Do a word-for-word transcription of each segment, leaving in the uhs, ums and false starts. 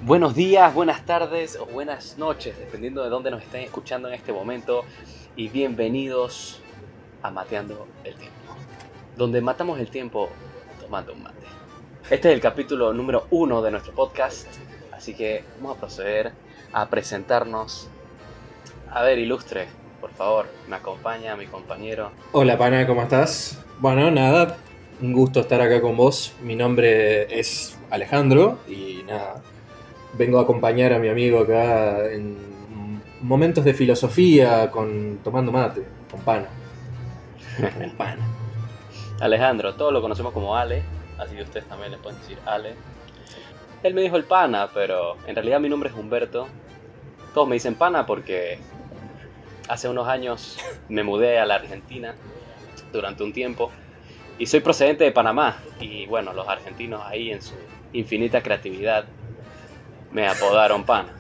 Buenos días, buenas tardes o buenas noches, dependiendo de dónde nos estén escuchando en este momento. Y bienvenidos a Mateando el Tiempo, donde matamos el tiempo tomando un mate. Este es el capítulo número uno de nuestro podcast, así que vamos a proceder a presentarnos. A ver, ilustre, por favor, me acompaña mi compañero. Hola, pana, ¿cómo estás? Bueno, nada, un gusto estar acá con vos. Mi nombre es Alejandro y nada, vengo a acompañar a mi amigo acá en momentos de filosofía con tomando mate, con pana, con el pana. Alejandro, todos lo conocemos como Ale, así que ustedes también le pueden decir Ale. Él me dijo el pana, pero en realidad mi nombre es Humberto. Todos me dicen pana porque hace unos años me mudé a la Argentina durante un tiempo y soy procedente de Panamá. Y bueno, los argentinos ahí en su infinita creatividad me apodaron pana.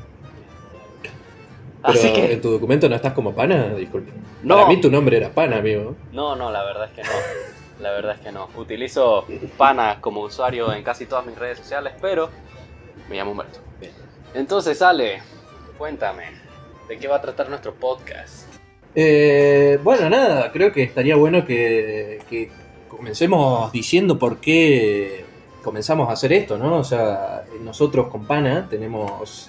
Así Pero que, en tu documento no estás como pana, disculpe. Para no, mí tu nombre era pana, amigo. no, no, la verdad es que no. La verdad es que no. Utilizo pana como usuario en casi todas mis redes sociales, pero me llamo Humberto. Entonces, Ale, cuéntame, ¿de qué va a tratar nuestro podcast? Eh, bueno, nada, creo que estaría bueno que, que comencemos diciendo por qué comenzamos a hacer esto, ¿no? O sea, nosotros con Pana tenemos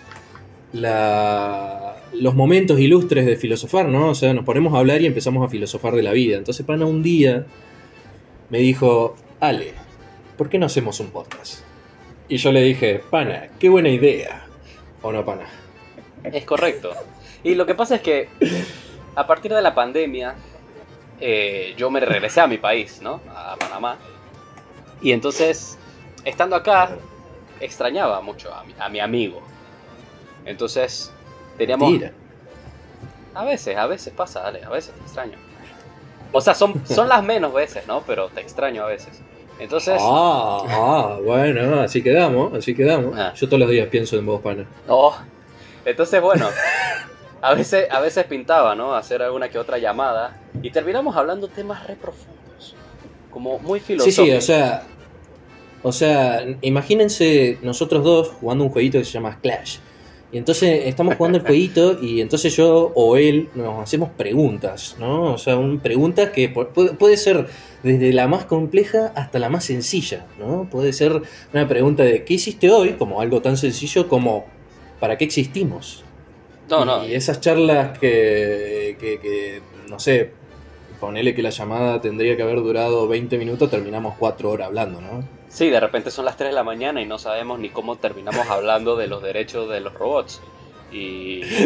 la, los momentos ilustres de filosofar, ¿no? O sea, nos ponemos a hablar y empezamos a filosofar de la vida. Entonces Pana un día me dijo, Ale, ¿por qué no hacemos un podcast? Y yo le dije, Pana, qué buena idea. ¿O no, Pana? Es correcto. Y lo que pasa es que a partir de la pandemia, eh, yo me regresé a mi país, ¿no? A Panamá. Y entonces, estando acá, extrañaba mucho a mi, a mi amigo. Entonces, teníamos... Mentira. A veces, a veces pasa, dale, a veces te extraño. O sea, son, son las menos veces, ¿no? Pero te extraño a veces. Entonces... Ah, ah, bueno, así quedamos, así quedamos. Ah, Yo todos los días pienso en vos, Pana. oh, entonces, bueno, a veces, a veces pintaba, ¿no? Hacer alguna que otra llamada. Y terminamos hablando temas re profundos. Como muy Sí, sí, o filosóficos. sea, o sea, imagínense nosotros dos jugando un jueguito que se llama Clash. Y entonces estamos jugando el jueguito y entonces yo o él nos hacemos preguntas, ¿no? O sea, un, preguntas que pu- puede ser desde la más compleja hasta la más sencilla, ¿no? Puede ser una pregunta de ¿qué hiciste hoy? Como algo tan sencillo como ¿para qué existimos? No, no, Y y- esas charlas que, que, que, no sé, ponele que la llamada tendría que haber durado veinte minutos, terminamos cuatro horas hablando, ¿no? sí, de repente son las tres de la mañana y no sabemos ni cómo terminamos hablando de los derechos de los robots. Y,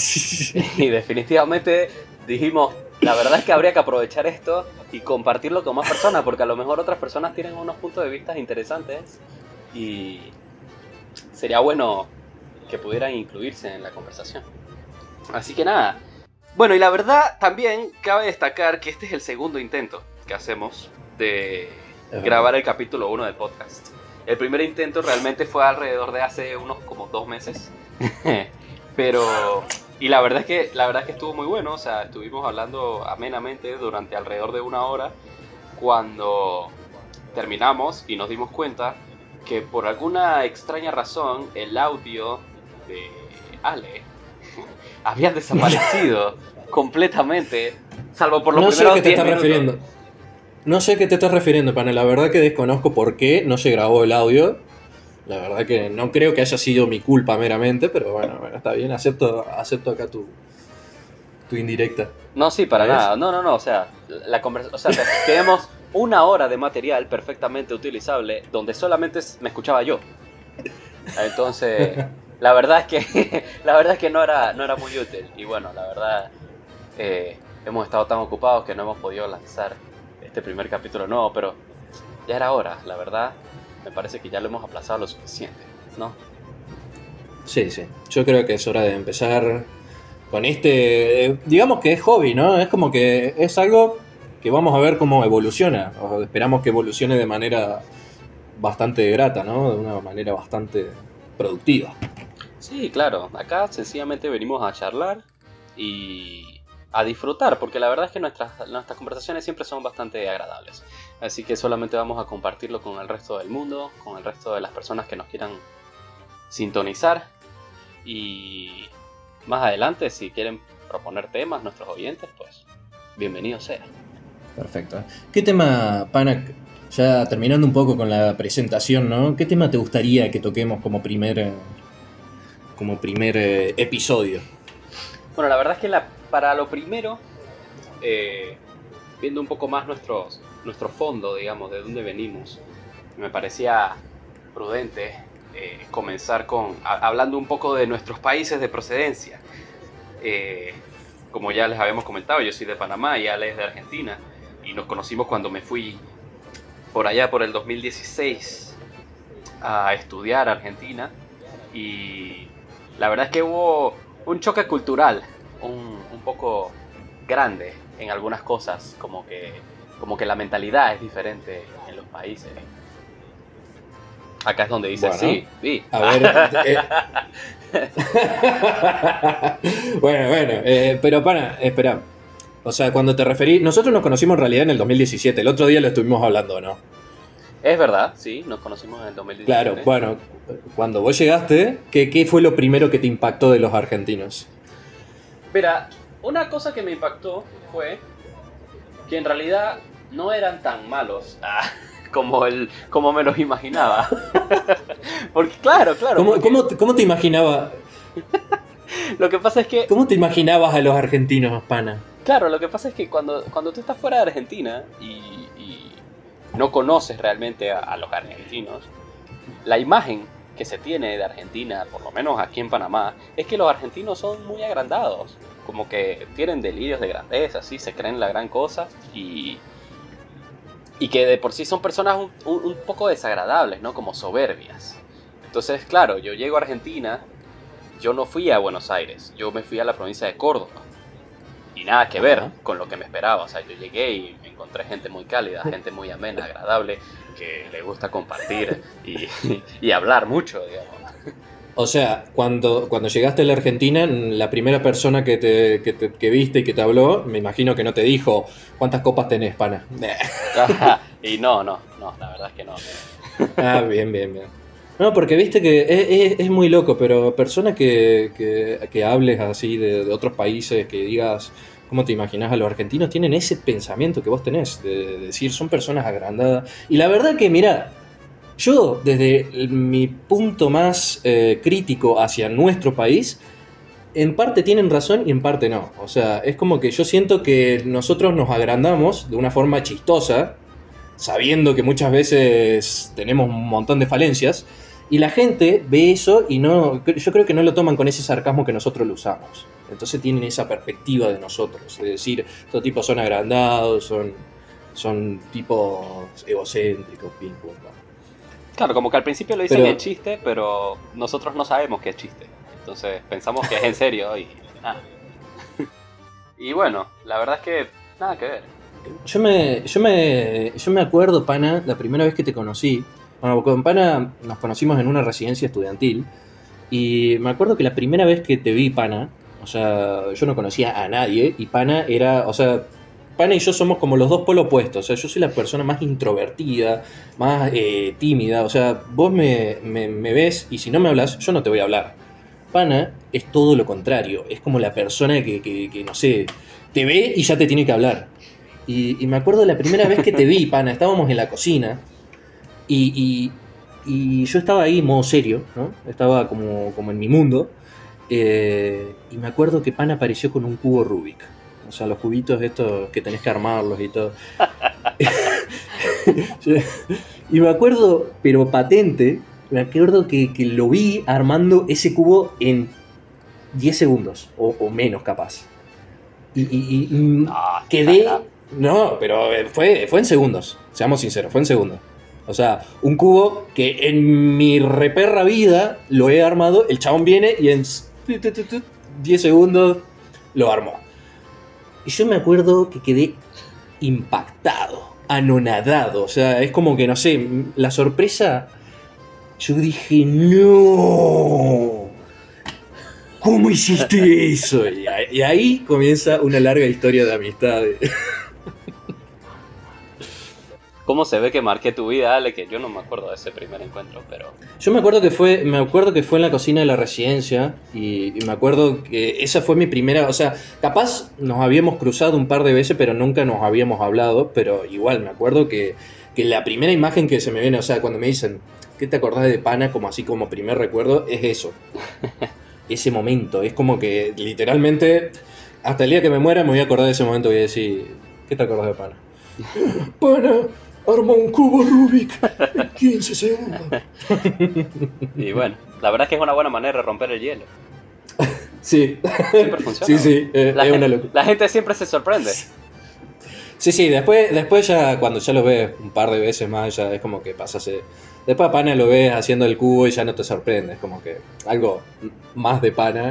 y definitivamente dijimos, la verdad es que habría que aprovechar esto y compartirlo con más personas, porque a lo mejor otras personas tienen unos puntos de vista interesantes y sería bueno que pudieran incluirse en la conversación. Así que nada. Bueno, y la verdad también cabe destacar que este es el segundo intento que hacemos de Es grabar verdad. el capítulo uno del podcast. El primer intento realmente fue alrededor de hace unos como dos meses. Pero... Y la verdad es que la verdad es que estuvo muy bueno. O sea, estuvimos hablando amenamente durante alrededor de una hora. Cuando terminamos y nos dimos cuenta que por alguna extraña razón el audio de Ale había desaparecido completamente, salvo por los No sé a primeros qué te diez estás minutos. refiriendo. No sé a qué te estás refiriendo, pana. La verdad que desconozco por qué no se grabó el audio. La verdad que no creo que haya sido mi culpa meramente, pero bueno, bueno está bien. Acepto, acepto acá tu, tu indirecta. No, sí, para ¿Ves? nada. No, no, no. O sea, la conversa... o sea, te- tenemos una hora de material perfectamente utilizable donde solamente me escuchaba yo. Entonces, la verdad es que la verdad es que no era no era muy útil. Y bueno, la verdad eh, hemos estado tan ocupados que no hemos podido lanzar este primer capítulo nuevo, pero ya era hora, la verdad. Me parece que ya lo hemos aplazado lo suficiente, ¿no? Sí, sí. Yo creo que es hora de empezar con este. eh, digamos que es hobby, ¿no? Es como que es algo que vamos a ver cómo evoluciona. O esperamos que evolucione de manera bastante grata, ¿no? De una manera bastante productiva. Sí, claro. Acá sencillamente venimos a charlar y a disfrutar, porque la verdad es que nuestras, nuestras conversaciones siempre son bastante agradables. Así que solamente vamos a compartirlo con el resto del mundo, con el resto de las personas que nos quieran sintonizar. Y más adelante, si quieren proponer temas nuestros oyentes, pues bienvenido sea. Perfecto. ¿Qué tema, Pana, ya terminando un poco con la presentación, ¿no? ¿Qué tema te gustaría que toquemos como primer, como primer eh, episodio? Bueno, la verdad es que la, para lo primero, eh, viendo un poco más nuestros, nuestro fondo, digamos, de dónde venimos, me parecía prudente eh, comenzar con a, hablando un poco de nuestros países de procedencia. Eh, como ya les habíamos comentado, yo soy de Panamá y Ale es de Argentina, y nos conocimos cuando me fui por allá por el dos mil dieciséis a estudiar a Argentina, y la verdad es que hubo un choque cultural un, un poco grande en algunas cosas, como que, como que la mentalidad es diferente en los países. Acá es donde dice Bueno, sí, sí. A ver. eh. bueno, bueno, eh, pero Pana, espera. O sea, cuando te referí, nosotros nos conocimos en realidad en el dos mil diecisiete, el otro día lo estuvimos hablando, ¿no? Es verdad, sí, nos conocimos en el dos mil diecisiete. Claro, bueno, cuando vos llegaste, ¿qué, qué fue lo primero que te impactó de los argentinos? Mira, una cosa que me impactó fue que en realidad no eran tan malos ah, como, el, como me los imaginaba. Porque claro, claro. ¿Cómo, porque... cómo, cómo te imaginaba? Lo que pasa es que... ¿Cómo te imaginabas a los argentinos, Pana? Claro, lo que pasa es que cuando, cuando tú estás fuera de Argentina y, y no conoces realmente a, a los argentinos, la imagen que se tiene de Argentina, por lo menos aquí en Panamá, es que los argentinos son muy agrandados, como que tienen delirios de grandeza, ¿sí? Se creen la gran cosa y, y que de por sí son personas un, un, un poco desagradables, ¿no? Como soberbias. Entonces, claro, yo llego a Argentina, yo no fui a Buenos Aires, yo me fui a la provincia de Córdoba. Y nada que ver con lo que me esperaba. O sea, yo llegué y me encontré gente muy cálida, gente muy amena, agradable, que le gusta compartir y, y hablar mucho, digamos. O sea, cuando, cuando llegaste a la Argentina, la primera persona que, te, que, te, que viste y que te habló, me imagino que no te dijo ¿cuántas copas tenés, Pana? Y no, no, no, la verdad es que no. Ah, bien, bien, bien. No, porque viste que es, es, es muy loco, pero personas que, que, que hables así de, de otros países, que digas cómo te imaginas a los argentinos, tienen ese pensamiento que vos tenés, de, de decir, son personas agrandadas. Y la verdad que, mirá, yo desde mi punto más eh, crítico hacia nuestro país, en parte tienen razón y en parte no. O sea, es como que yo siento que nosotros nos agrandamos de una forma chistosa, sabiendo que muchas veces tenemos un montón de falencias, y la gente ve eso y no, yo creo que no lo toman con ese sarcasmo que nosotros lo usamos. Entonces tienen esa perspectiva de nosotros, es decir, estos tipos son agrandados, son, son tipos egocéntricos, pim, pum, pam. Claro, como que al principio lo dicen Pero- en chiste, pero nosotros no sabemos que es chiste. Entonces pensamos que es en serio y nada. Y bueno, la verdad es que nada que ver. Yo me, yo me, yo me acuerdo, Pana, la primera vez que te conocí. Bueno, con Pana nos conocimos en una residencia estudiantil. Y me acuerdo que la primera vez que te vi, Pana, o sea, yo no conocía a nadie. Y Pana era, o sea, Pana y yo somos como los dos polos opuestos. O sea, yo soy la persona más introvertida, más eh, tímida. O sea, vos me, me, me ves y si no me hablas, yo no te voy a hablar. Pana es todo lo contrario. Es como la persona que, que, que no sé, te ve y ya te tiene que hablar. Y, y me acuerdo la primera vez que te vi, Pana, estábamos en la cocina y, y, y yo estaba ahí en modo serio, ¿no? Estaba como, como en mi mundo. eh, y me acuerdo que Pana apareció con un cubo Rubik. O sea, los cubitos estos que tenés que armarlos y todo. Y me acuerdo, pero patente, me acuerdo que, que lo vi armando ese cubo en diez segundos, o, o menos capaz. Y, y- y, mm, No, quedé... exagerado. No, pero eh, fue, fue en segundos, seamos sinceros, fue en segundos. O sea, un cubo que en mi reperra vida lo he armado, el chabón viene y en diez segundos lo armó. Y yo me acuerdo que quedé impactado, anonadado. O sea, es como que, no sé, la sorpresa... Yo dije, no, ¿cómo hiciste eso? Y ahí, y ahí comienza una larga historia de amistad. ¿Cómo se ve que marqué tu vida, Ale? Que yo no me acuerdo de ese primer encuentro, pero... Yo me acuerdo que fue, me acuerdo que fue en la cocina de la residencia y, y me acuerdo que esa fue mi primera, o sea, capaz nos habíamos cruzado un par de veces, pero nunca nos habíamos hablado, pero igual me acuerdo que, que la primera imagen que se me viene, o sea, cuando me dicen, ¿qué te acordás de Pana? Como así como primer recuerdo, es eso. Ese momento, es como que literalmente, hasta el día que me muera me voy a acordar de ese momento y voy a decir, ¿qué te acordás de Pana? Pana... Arma un cubo Rubik en quince segundos. Y bueno, la verdad es que es una buena manera de romper el hielo. Sí. Siempre funciona. Sí, sí, eh, la, es gente, una locura. La gente siempre se sorprende. Sí, sí, después, después ya cuando ya lo ves un par de veces más, ya es como que pasas... Eh, después a Pana lo ves haciendo el cubo y ya no te sorprende, es como que algo más de Pana.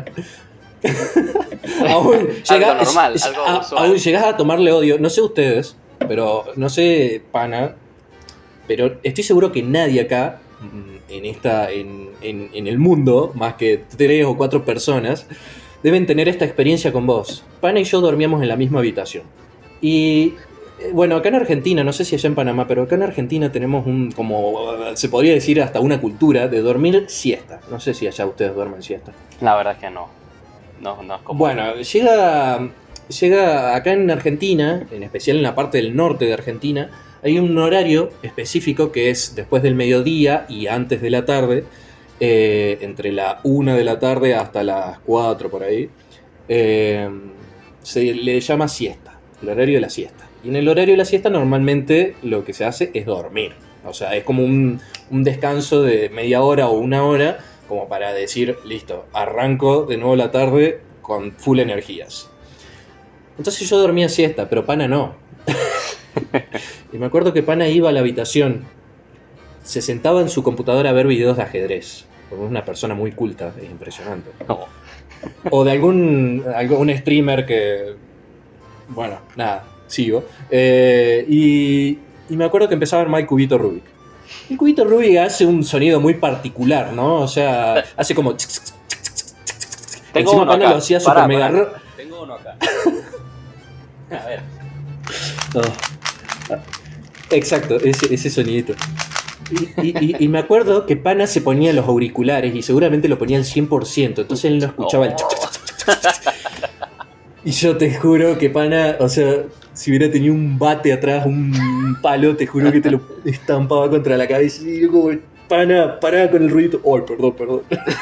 aún, llega, algo normal, es, algo a, usual. Aún llegás a tomarle odio, no sé ustedes, pero no sé Pana, pero estoy seguro que nadie acá en esta en, en, en el mundo, más que tres o cuatro personas, deben tener esta experiencia con vos. Pana y yo dormíamos en la misma habitación. Y bueno, acá en Argentina, no sé si allá en Panamá, pero acá en Argentina tenemos un, como se podría decir, hasta una cultura de dormir siesta. No sé si allá ustedes duermen siesta. La verdad es que no. No, no es como... Bueno, llega, llega acá en Argentina, en especial en la parte del norte de Argentina, hay un horario específico que es después del mediodía y antes de la tarde, eh, entre la una de la tarde hasta las cuatro por ahí, eh, se le llama siesta, el horario de la siesta. Y en el horario de la siesta normalmente lo que se hace es dormir. O sea, es como un, un descanso de media hora o una hora, como para decir, listo, arranco de nuevo la tarde con full energías. Entonces yo dormía siesta, pero Pana no. Y me acuerdo que Pana iba a la habitación, se sentaba en su computadora a ver videos de ajedrez, como es una persona muy culta, es impresionante. No. O de algún, algún streamer que... Bueno, nada, sigo. Eh, y, y me acuerdo que empezaba a armar el cubito Rubik. El cubito Rubik hace un sonido muy particular, ¿no? O sea, hace como... Tengo Encima uno Pana acá. lo hacía Pará, super mega... pará. ro- Tengo uno acá. A ver. Oh. Exacto, ese, ese sonidito. Y, y, y, y me acuerdo que Pana se ponía los auriculares y seguramente lo ponía al cien por ciento, entonces él no escuchaba el... Oh. Y yo te juro que Pana, o sea, si hubiera tenido un bate atrás, un palo, te juro que te lo estampaba contra la cabeza y yo como, Pana, pará con el ruidito. Ay, perdón, perdón.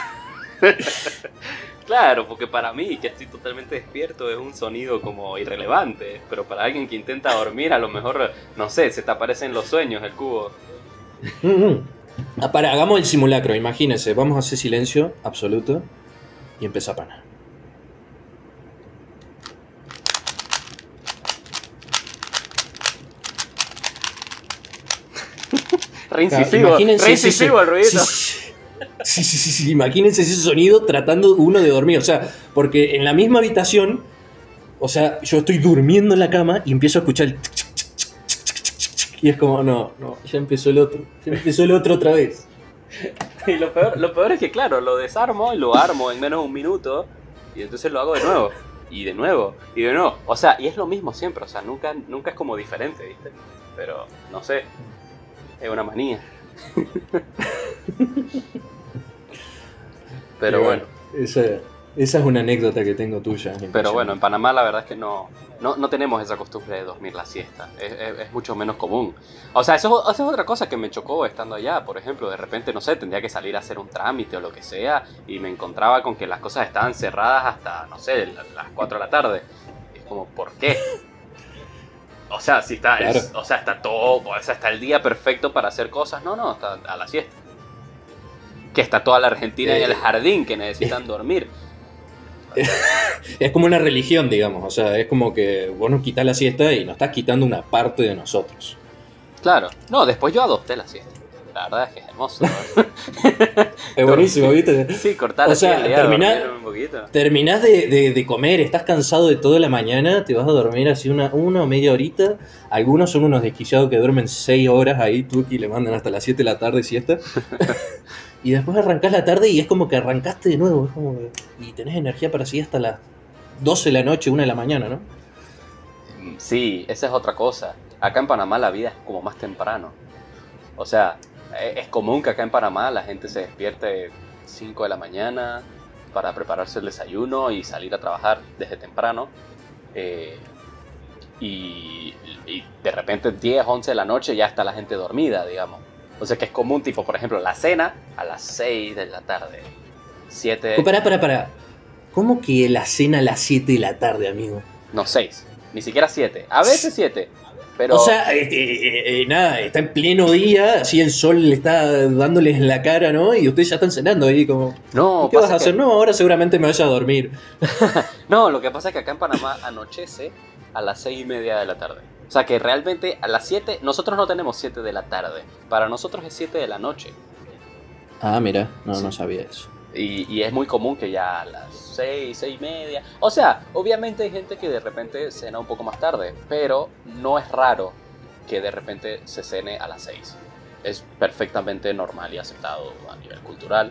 Claro, porque para mí, que estoy totalmente despierto, es un sonido como irrelevante. Pero para alguien que intenta dormir, a lo mejor, no sé, se te aparecen los sueños el cubo. Mm-hmm. Ah, para, hagamos el simulacro, imagínense, vamos a hacer silencio absoluto y empieza Pana. Re Claro, incisivo, imagínense re ese incisivo so- el ruidito. Sí, sí, sí, sí, sí, imagínense ese sonido tratando uno de dormir. O sea, porque en la misma habitación, o sea, yo estoy durmiendo en la cama y empiezo a escuchar el... Y es como, no, no, ya empezó el otro. Ya empezó el otro otra vez. Y lo peor, lo peor es que, claro, lo desarmo y lo armo en menos de un minuto. Y entonces lo hago de nuevo. Y de nuevo. Y de nuevo. O sea, y es lo mismo siempre. O sea, nunca, nunca es como diferente, ¿viste? Pero, no sé. Es una manía. Pero Y bueno. Esa, esa es una anécdota que tengo tuya. Pero bueno, en Panamá la verdad es que no, no, no tenemos esa costumbre de dormir la siesta. Es, es, es mucho menos común. O sea, eso, eso es otra cosa que me chocó estando allá. Por ejemplo, de repente, no sé, tendría que salir a hacer un trámite o lo que sea. Y me encontraba con que las cosas estaban cerradas hasta, no sé, las cuatro de la tarde. Y es como, ¿por qué? O sea, si está, Claro. el, o sea, está todo, o sea, está el día perfecto para hacer cosas. No, no, está a la siesta. Que está toda la Argentina Eh, en el jardín que necesitan dormir. Es como una religión, digamos. O sea, es como que vos nos quitas la siesta y nos estás quitando una parte de nosotros. Claro. No, después yo adopté la siesta. La verdad es que es hermoso. Es buenísimo, ¿viste? Sí, cortar O así sea, el día, terminá- dormir un poquito. Terminás de, de- de comer, estás cansado de toda la mañana, te vas a dormir así una, una o media horita. Algunos son unos desquiciados que duermen seis horas ahí, tú y le mandan hasta las siete de la tarde siesta. Y después arrancás la tarde y es como que arrancaste de nuevo. Es como que- y tenés energía para seguir hasta las doce de la noche, una de la mañana, ¿no? Sí, esa es otra cosa. acá en Panamá la vida es como más temprano. O sea, e- es común que acá en Panamá la gente se despierte cinco de la mañana para prepararse el desayuno y salir a trabajar desde temprano. Eh, y, y de repente diez, once de la noche ya está la gente dormida, digamos. O sea que es común, tipo, por ejemplo, la cena a las seis de la tarde. siete. Oh, pará, pará, pará. ¿Cómo que la cena a las siete de la tarde, amigo? No, seis. Ni siquiera siete. A veces siete. Pero... O sea, eh, eh, eh, nada, está en pleno día, así el sol le está dándoles en la cara, ¿no? Y ustedes ya están cenando ahí como... No, ¿Y qué vas a pasa hacer? que... No, ahora seguramente me vaya a dormir. No, lo que pasa es que acá en Panamá anochece a las seis y media de la tarde. O sea que realmente a las siete... Nosotros no tenemos siete de la tarde. Para nosotros es siete de la noche. Ah, mira, no, Sí. no sabía eso. Y, y es muy común que ya a las seis, seis y media... O sea, obviamente hay gente que de repente cena un poco más tarde. Pero no es raro que de repente se cene a las seis. Es perfectamente normal y aceptado a nivel cultural.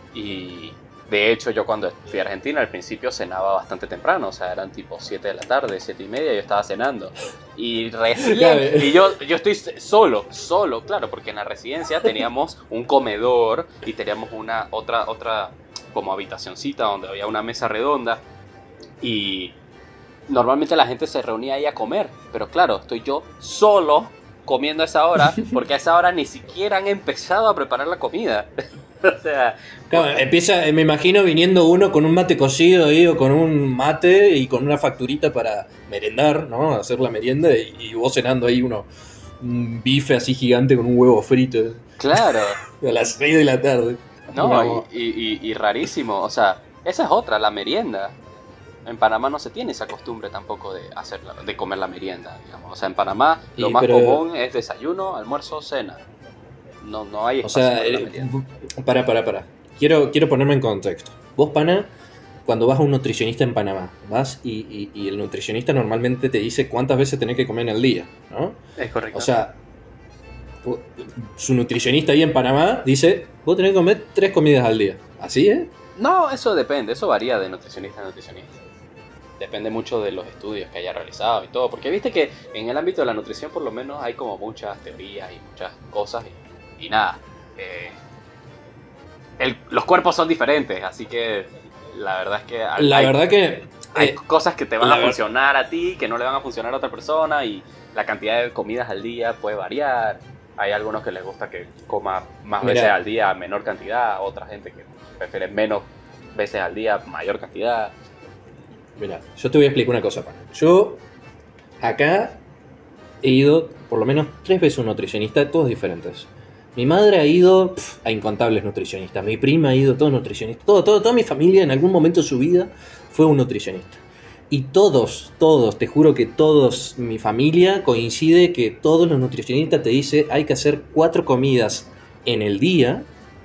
Y de hecho yo cuando fui a Argentina al principio cenaba bastante temprano. O sea, eran tipo siete de la tarde, siete y media, yo estaba cenando. Y recién... Y yo, yo estoy solo, solo, claro, porque en la residencia teníamos un comedor y teníamos una otra, otra como habitacioncita donde había una mesa redonda. Y... normalmente la gente se reunía ahí a comer, pero claro, estoy yo solo comiendo a esa hora, porque a esa hora ni siquiera han empezado a preparar la comida. O sea, Claro, empieza, me imagino viniendo uno con un mate cocido ahí o con un mate y con una facturita para merendar, ¿no? Hacer la merienda y, y vos cenando ahí uno, un bife así gigante con un huevo frito claro, a las seis de la tarde. no, y, Una- y- y- y rarísimo, o sea, esa es otra, la merienda. En Panamá no se tiene esa costumbre tampoco de hacerla, de comer la merienda, digamos. O sea, en Panamá lo y, más pero, común es desayuno, almuerzo, cena. No, no hay o espacio sea, para la eh, merienda. para, para, para. Quiero, quiero ponerme en contexto. Vos, pana, cuando vas a un nutricionista en Panamá, vas y, y- y el nutricionista normalmente te dice cuántas veces tenés que comer en el día, ¿no? Es correcto. O sea, pu- su nutricionista ahí en Panamá dice, vos tenés que comer tres comidas al día. ¿Así es? No, eso depende, eso varía de nutricionista a nutricionista. Depende mucho de los estudios que haya realizado y todo. Porque viste que en el ámbito de la nutrición por lo menos hay como muchas teorías y muchas cosas y, y nada. eh, el- los cuerpos son diferentes, así que la verdad es que hay, La hay- verdad que... hay eh, cosas que te van la a ver- funcionar a ti, que no le van a funcionar a otra persona y la cantidad de comidas al día puede variar. Hay algunos que les gusta que coma más Mira. veces al día, menor cantidad, otra gente que prefiere menos veces al día, mayor cantidad. Mira, yo te voy a explicar una cosa, pana. Yo acá he ido por lo menos tres veces a un nutricionista, todos diferentes. Mi madre ha ido pf, a incontables nutricionistas, mi prima ha ido a todos nutricionistas, todo, todo, toda mi familia en algún momento de su vida fue un nutricionista. Y todos, todos, te juro que todos, mi familia coincide que todos los nutricionistas te dicen hay que hacer cuatro comidas en el día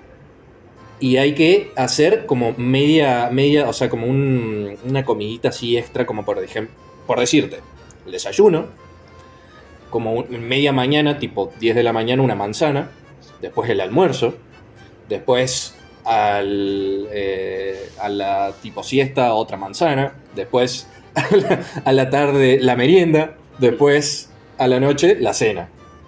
y hay que hacer como media, media, o sea, como un- una comidita así extra, como por ejemplo, por decirte, el desayuno, como un- media mañana, tipo diez de la mañana, una manzana, después el almuerzo, después al, eh, a la tipo siesta otra manzana, después a la, a la tarde la merienda, después a la noche la cena.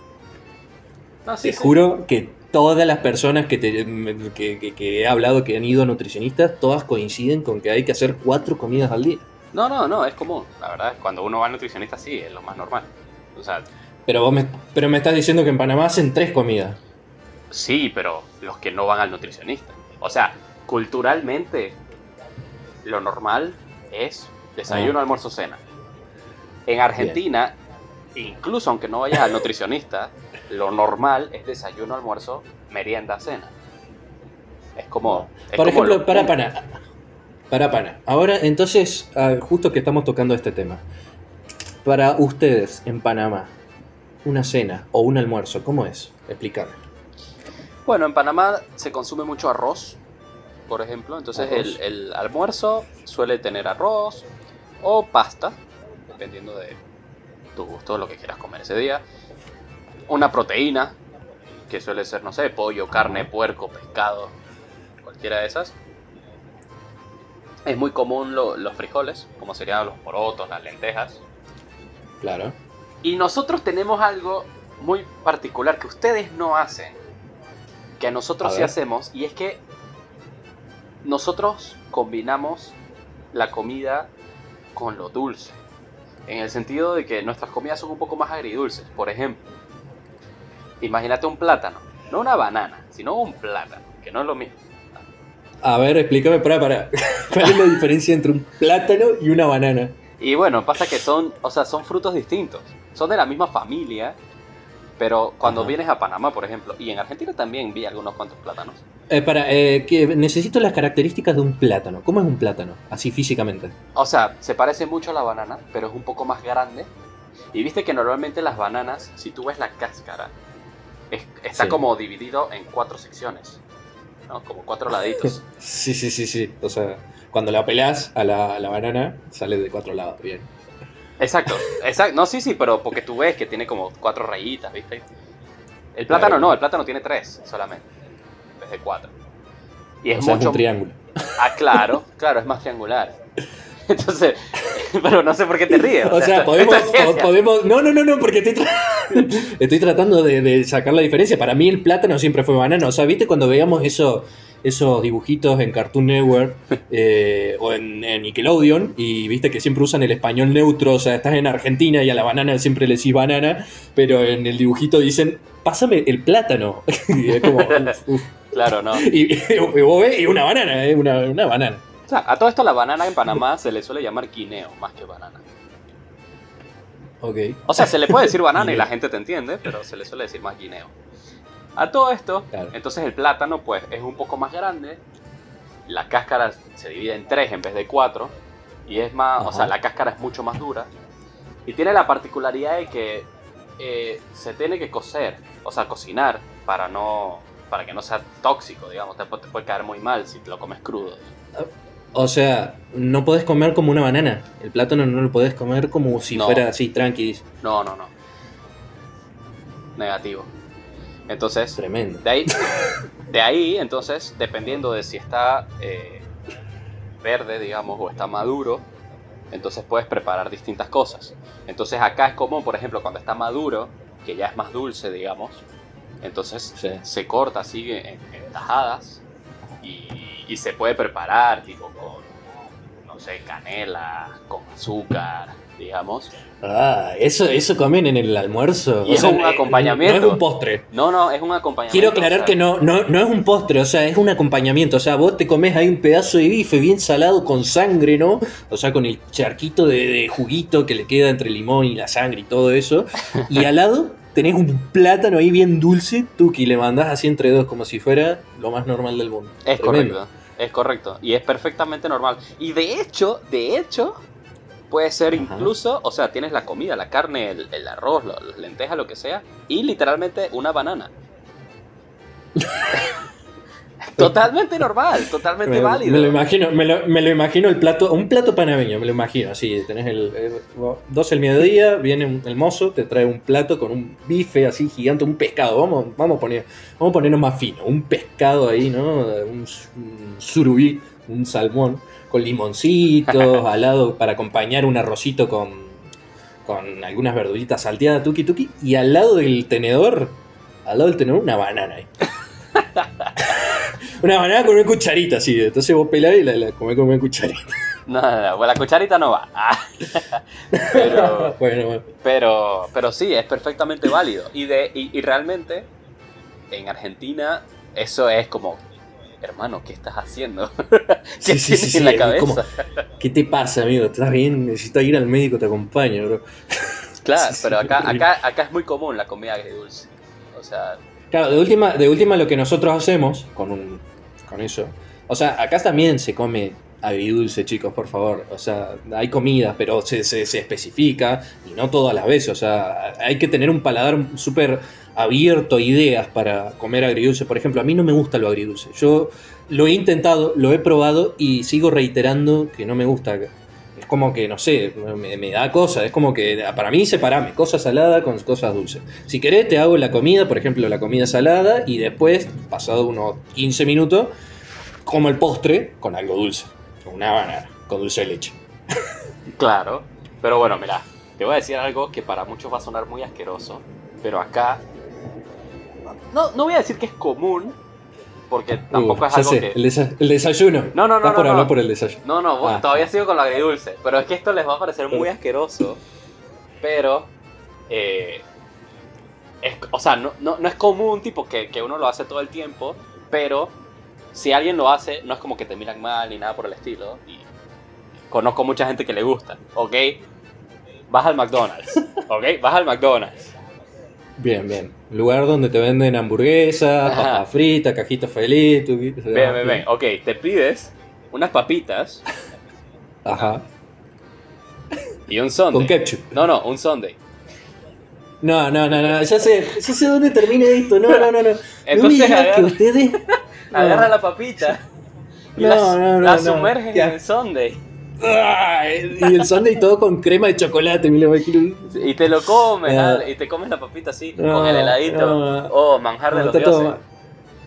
No, sí, Te sí. juro que todas las personas que, te- que, que- que he hablado que han ido a nutricionistas, todas coinciden con que hay que hacer cuatro comidas al día. No, no, no, es común. La verdad, cuando uno va al nutricionista sí, es lo más normal. O sea, Pero vos me, pero me estás diciendo que en Panamá hacen tres comidas. sí, pero los que no van al nutricionista. O sea, culturalmente, lo normal es desayuno, Ah. almuerzo, cena. En Argentina, incluso aunque no vayas al nutricionista, lo normal es desayuno, almuerzo, merienda, cena. Es como... es Por como ejemplo, lo- para pana. Para pana. Ahora, entonces, ah, justo que estamos tocando este tema. Para ustedes en Panamá, una cena o un almuerzo, ¿cómo es? Explícame. Bueno, en Panamá se consume mucho arroz, por ejemplo. Entonces Arroz. el, el almuerzo suele tener arroz o pasta, dependiendo de tu gusto, lo que quieras comer ese día. Una proteína, que suele ser, no sé, pollo, carne, Ajá. puerco, pescado, cualquiera de esas. Es muy común lo- los frijoles, como serían los porotos, las lentejas. Claro. Y nosotros tenemos algo muy particular que ustedes no hacen, que nosotros sí hacemos, y es que nosotros combinamos la comida con lo dulce. En el sentido de que nuestras comidas son un poco más agridulces. Por ejemplo, imagínate un plátano, no una banana, sino un plátano, que no es lo mismo. A ver, explícame, para, para. ¿Cuál es la diferencia entre un plátano y una banana? Y bueno, pasa que son, o sea, son frutos distintos. Son de la misma familia, pero cuando Ajá. vienes a Panamá, por ejemplo, y en Argentina también vi algunos cuantos plátanos. Eh, para, eh, que necesito las características de un plátano. ¿Cómo es un plátano? Así físicamente. O sea, se parece mucho a la banana, pero es un poco más grande. Y viste que normalmente las bananas, si tú ves la cáscara, es, está sí. como dividido en cuatro secciones, ¿no? Como cuatro laditos. Sí, sí, sí, sí. O sea, cuando la pelás a la, a la banana, sale de cuatro lados, bien. Exacto, exacto. No, sí, sí, pero porque tú ves que tiene como cuatro rayitas, ¿viste? El plátano claro. no, el plátano tiene tres solamente, en vez de cuatro. Y es o sea, mucho... es un triángulo. Ah, claro, claro, es más triangular. Entonces, pero no sé por qué te ríes. O, o sea, sea podemos, podemos... No, no, no, no, porque estoy, tra... estoy tratando de, de sacar la diferencia. Para mí el plátano siempre fue banana. O sea, ¿viste cuando veíamos eso... esos dibujitos en Cartoon Network eh, o en, en Nickelodeon y viste que siempre usan el español neutro, o sea, estás en Argentina y a la banana siempre le decís banana, pero en el dibujito dicen, pásame el plátano. Y es como, uf, uf. Claro, ¿no? Y, y vos ves, y una banana, ¿eh? una, una banana. O sea, a todo esto la banana en Panamá se le suele llamar guineo más que banana. Ok. O sea, se le puede decir banana y la gente te entiende, pero se le suele decir más guineo. A todo esto, claro. Entonces el plátano pues es un poco más grande, la cáscara se divide en tres en vez de cuatro, y es más, Ajá. o sea, la cáscara es mucho más dura, y tiene la particularidad de que eh, se tiene que cocer, o sea, cocinar, para no para que no sea tóxico, digamos, te, te puede caer muy mal si te lo comes crudo. O sea, no podés comer como una banana, el plátano no lo podés comer como si no. fuera así, tranqui. No, no, no. Negativo. Entonces, tremendo. De ahí, de ahí, entonces, dependiendo de si está eh, verde, digamos, o está maduro, entonces puedes preparar distintas cosas. Entonces acá es común, por ejemplo, cuando está maduro, que ya es más dulce, digamos, entonces sí. se corta así en, en tajadas y, y se puede preparar, tipo, con, no sé, canela, con azúcar, digamos. Ah, eso, eso comen en el almuerzo. Y o es sea, un acompañamiento. No es un postre. No, no, es un acompañamiento. Quiero aclarar o sea, que no, no, no es un postre, o sea, es un acompañamiento. O sea, vos te comés ahí un pedazo de bife bien salado con sangre, ¿no? O sea, con el charquito de, de juguito que le queda entre el limón y la sangre y todo eso. Y al lado tenés un plátano ahí bien dulce, tú que le mandás así entre dos como si fuera lo más normal del mundo. Es Tremendo. correcto, es correcto. Y es perfectamente normal. Y de hecho, de hecho... puede ser incluso, Ajá. o sea, tienes la comida, la carne, el, el arroz, las lentejas, lo que sea, y literalmente una banana. Totalmente normal, totalmente me, válido. Me lo imagino, me lo, me lo imagino el plato, un plato panameño, me lo imagino, así, tenés el, el doce del mediodía, viene el mozo, te trae un plato con un bife así gigante, un pescado, vamos, vamos a poner, vamos a ponernos más fino, un pescado ahí, ¿no? Un, un surubí, un salmón, con limoncitos, al lado para acompañar un arrocito con, con algunas verduritas salteadas, tuki tuki, y al lado del tenedor, al lado del tenedor, una banana ahí. Una banana con una cucharita, así. Entonces vos pelás y la, la comés con una cucharita. No, no, no, pues la cucharita no va. pero, bueno, bueno. pero, pero sí, es perfectamente válido. Y, de, y, y realmente, en Argentina, eso es como, hermano, ¿qué estás haciendo? ¿Qué sí, sí, tienes sí, en sí, la cabeza? Como, ¿qué te pasa, amigo? ¿Estás bien? Necesitas ir al médico, te acompaño, bro. Claro, sí, pero sí, acá, acá, acá es muy común la comida agridulce. O sea... Claro, de última, de última lo que nosotros hacemos con, un, con eso... O sea, acá también se come agridulce, chicos, por favor. O sea, hay comidas, pero se, se, se especifica y no todas las veces. O sea, hay que tener un paladar súper abierto a ideas para comer agridulce. Por ejemplo, a mí no me gusta lo agridulce. Yo lo he intentado, lo he probado y sigo reiterando que no me gusta. Es como que, no sé, me, me da cosa. Es como que, para mí, separame cosas saladas con cosas dulces. Si querés, te hago la comida, por ejemplo, la comida salada, y después, pasado unos quince minutos, como el postre con algo dulce. Una banana, con dulce de leche. Claro, pero bueno, mirá. te voy a decir algo que para muchos va a sonar muy asqueroso, pero acá, no, no voy a decir que es común, porque tampoco uh, es algo sé, que... El, desa- el desayuno. No, no, no, Estás no, por no. hablar por el desayuno. No, no, bueno, Ah. todavía sigo con lo agridulce, pero es que esto les va a parecer muy asqueroso, pero... Eh, es, o sea, no, no, no es común, tipo, que, que uno lo hace todo el tiempo, pero si alguien lo hace, no es como que te miran mal ni nada por el estilo, y conozco mucha gente que le gusta, ¿ok? Vas al McDonald's, ¿ok? Vas al McDonald's. Bien, bien. Lugar donde te venden hamburguesas, Ajá. papas fritas, cajitos feliz. Tu... Ven, ven, ven, ok, te pides unas papitas Ajá. y un sundae. Con ketchup. No, no, un sundae. No, no, no, no, ya sé, ya sé dónde termina esto. No, no, no, no. Entonces, no me digas agarra- que ustedes. No. Agarra la papita y No, la, no, no, la no. sumerges Ya. en el sundae. Ay, y el sundae todo con crema de chocolate, me lo imagino. Y te lo comes, No. ¿ah? Y te comes la papita así, No, con el heladito. no. Oh, manjar de No, los está todo dioses. mal.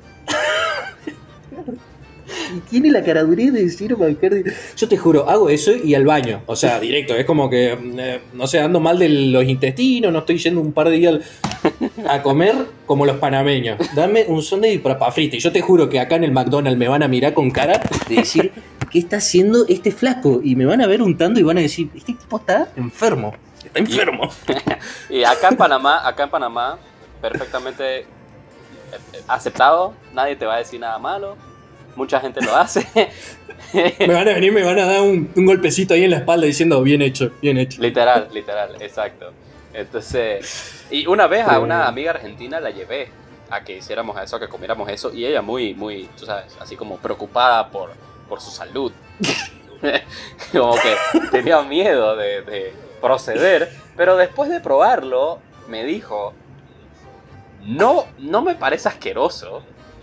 Y tiene la caradurez de decir manjar de... Yo te juro, hago eso y al baño. O sea, directo. Es como que, eh, no sé, ando mal de los intestinos, no estoy yendo un par de días a comer como los panameños. Dame un sundae y papa frita. Y yo te juro que acá en el McDonald's me van a mirar con cara de decir, ¿qué está haciendo este flaco? Y me van a ver untando y van a decir, este tipo está enfermo. Está enfermo. Y acá en Panamá, acá en Panamá, perfectamente eh, eh, aceptado. Nadie te va a decir nada malo. Mucha gente lo hace. Me van a venir, me van a dar un, un golpecito ahí en la espalda diciendo, bien hecho, bien hecho. Literal, literal, exacto. Entonces, y una vez a una amiga argentina la llevé a que hiciéramos eso, a que comiéramos eso, y ella muy, muy, tú sabes, así como preocupada por, por su salud. Como que tenía miedo de, de proceder, pero después de probarlo, me dijo, no, no me parece asqueroso,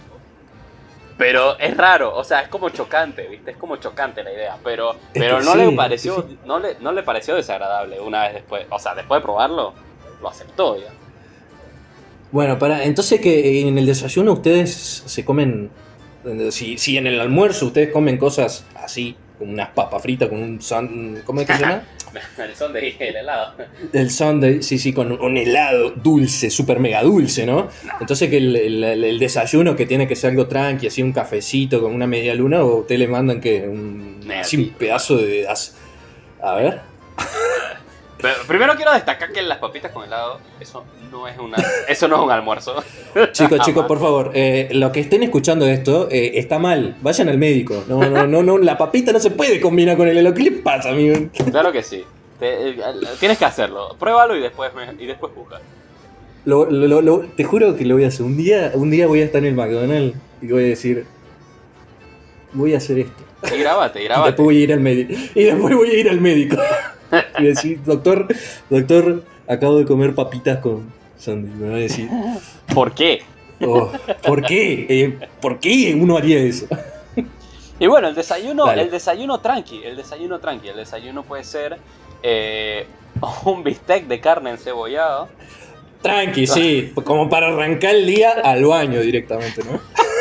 pero es raro, o sea, es como chocante, ¿viste? Es como chocante la idea, pero, pero que no sí, le es pareció, que sí. no le, no le pareció desagradable una vez después, o sea, después de probarlo, lo aceptó ya. Bueno, para, entonces que en el desayuno ustedes se comen, si, si en el almuerzo ustedes comen cosas así, como unas papas fritas con un sun, ¿cómo es que se llama? El son de el helado. El sundae, sí, sí, con un helado dulce, súper mega dulce, ¿no? Entonces que el, el- el desayuno que tiene que ser algo tranqui, así un cafecito con una media luna, o ustedes le mandan que un, Nah, así un sí. pedazo de... as- A ver. Pero primero quiero destacar que las papitas con helado, eso no es una, eso no es un almuerzo. Chicos, chicos, por favor, eh, los que estén escuchando esto, eh, está mal, vayan al médico. No, no, no, no, la papita no se puede combinar con el helado. ¿Qué le pasa, amigo? Claro que sí. Te- eh, tienes que hacerlo. Pruébalo y después me- y después juzga. Lo- lo- lo- lo- te juro que lo voy a hacer. Un día, un día voy a estar en el McDonald's y voy a decir, voy a hacer esto. Y grábate, y Y grábate. después voy a ir al médico. Y después voy a ir al médico. Y decir, doctor, doctor, acabo de comer papitas con sándwich. Me va a decir, ¿Por qué? oh, ¿por qué? Eh, ¿Por qué uno haría eso? Y bueno, el desayuno, Dale. el desayuno tranqui, el desayuno tranqui, el desayuno puede ser eh, un bistec de carne encebollado. Tranqui, sí, como para arrancar el día al baño directamente, ¿no?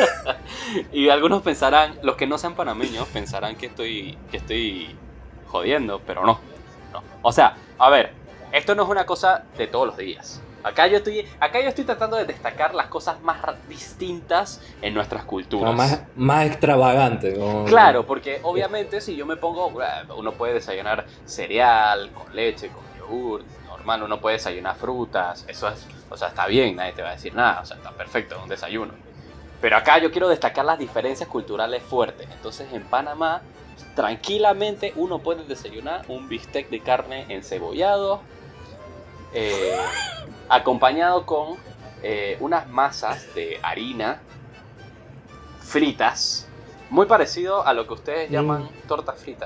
Y algunos pensarán, los que no sean panameños, pensarán que estoy, que estoy jodiendo, pero no, no. O sea, a ver, esto no es una cosa de todos los días. Acá yo estoy, acá yo estoy tratando de destacar las cosas más ra- distintas en nuestras culturas. Como más, más extravagante. Como... Claro, porque obviamente si yo me pongo, uno puede desayunar cereal con leche, con yogur, normal, uno puede desayunar frutas, eso es, o sea, está bien, nadie te va a decir nada, o sea, está perfecto, un desayuno. Pero acá yo quiero destacar las diferencias culturales fuertes. Entonces en Panamá, tranquilamente uno puede desayunar un bistec de carne encebollado, eh, acompañado con eh, unas masas de harina fritas, muy parecido a lo que ustedes Mm. llaman tortas fritas.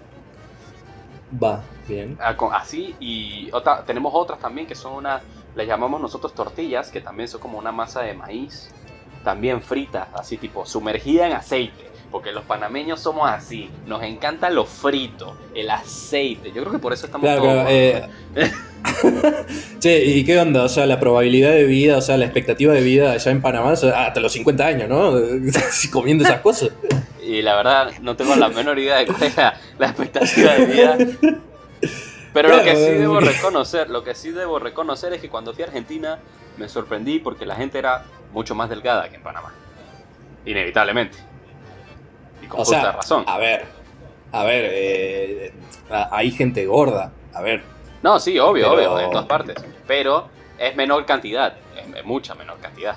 Va, bien. Ah, con- Así, y otra, tenemos otras también que son unas, les llamamos nosotros tortillas, que también son como una masa de maíz, también frita, así tipo sumergida en aceite, porque los panameños somos así, nos encanta lo frito, el aceite, yo creo que por eso estamos Claro, todos claro, gordos. eh, Che, ¿y qué onda? O sea, la probabilidad de vida, o sea, la expectativa de vida allá en Panamá, o sea, hasta los cincuenta años, ¿no? Comiendo esas cosas. Y la verdad no tengo la menor idea de cuál es la, la expectativa de vida. Pero Claro, lo que sí eh, debo reconocer, lo que sí debo reconocer es que cuando fui a Argentina me sorprendí porque la gente era mucho más delgada que en Panamá. Inevitablemente. Y con o justa sea, razón. a ver, a ver, eh, a- hay gente gorda, a ver, No, sí, obvio, obvio, en todas pero partes. Pero es menor cantidad, es, es mucha menor cantidad.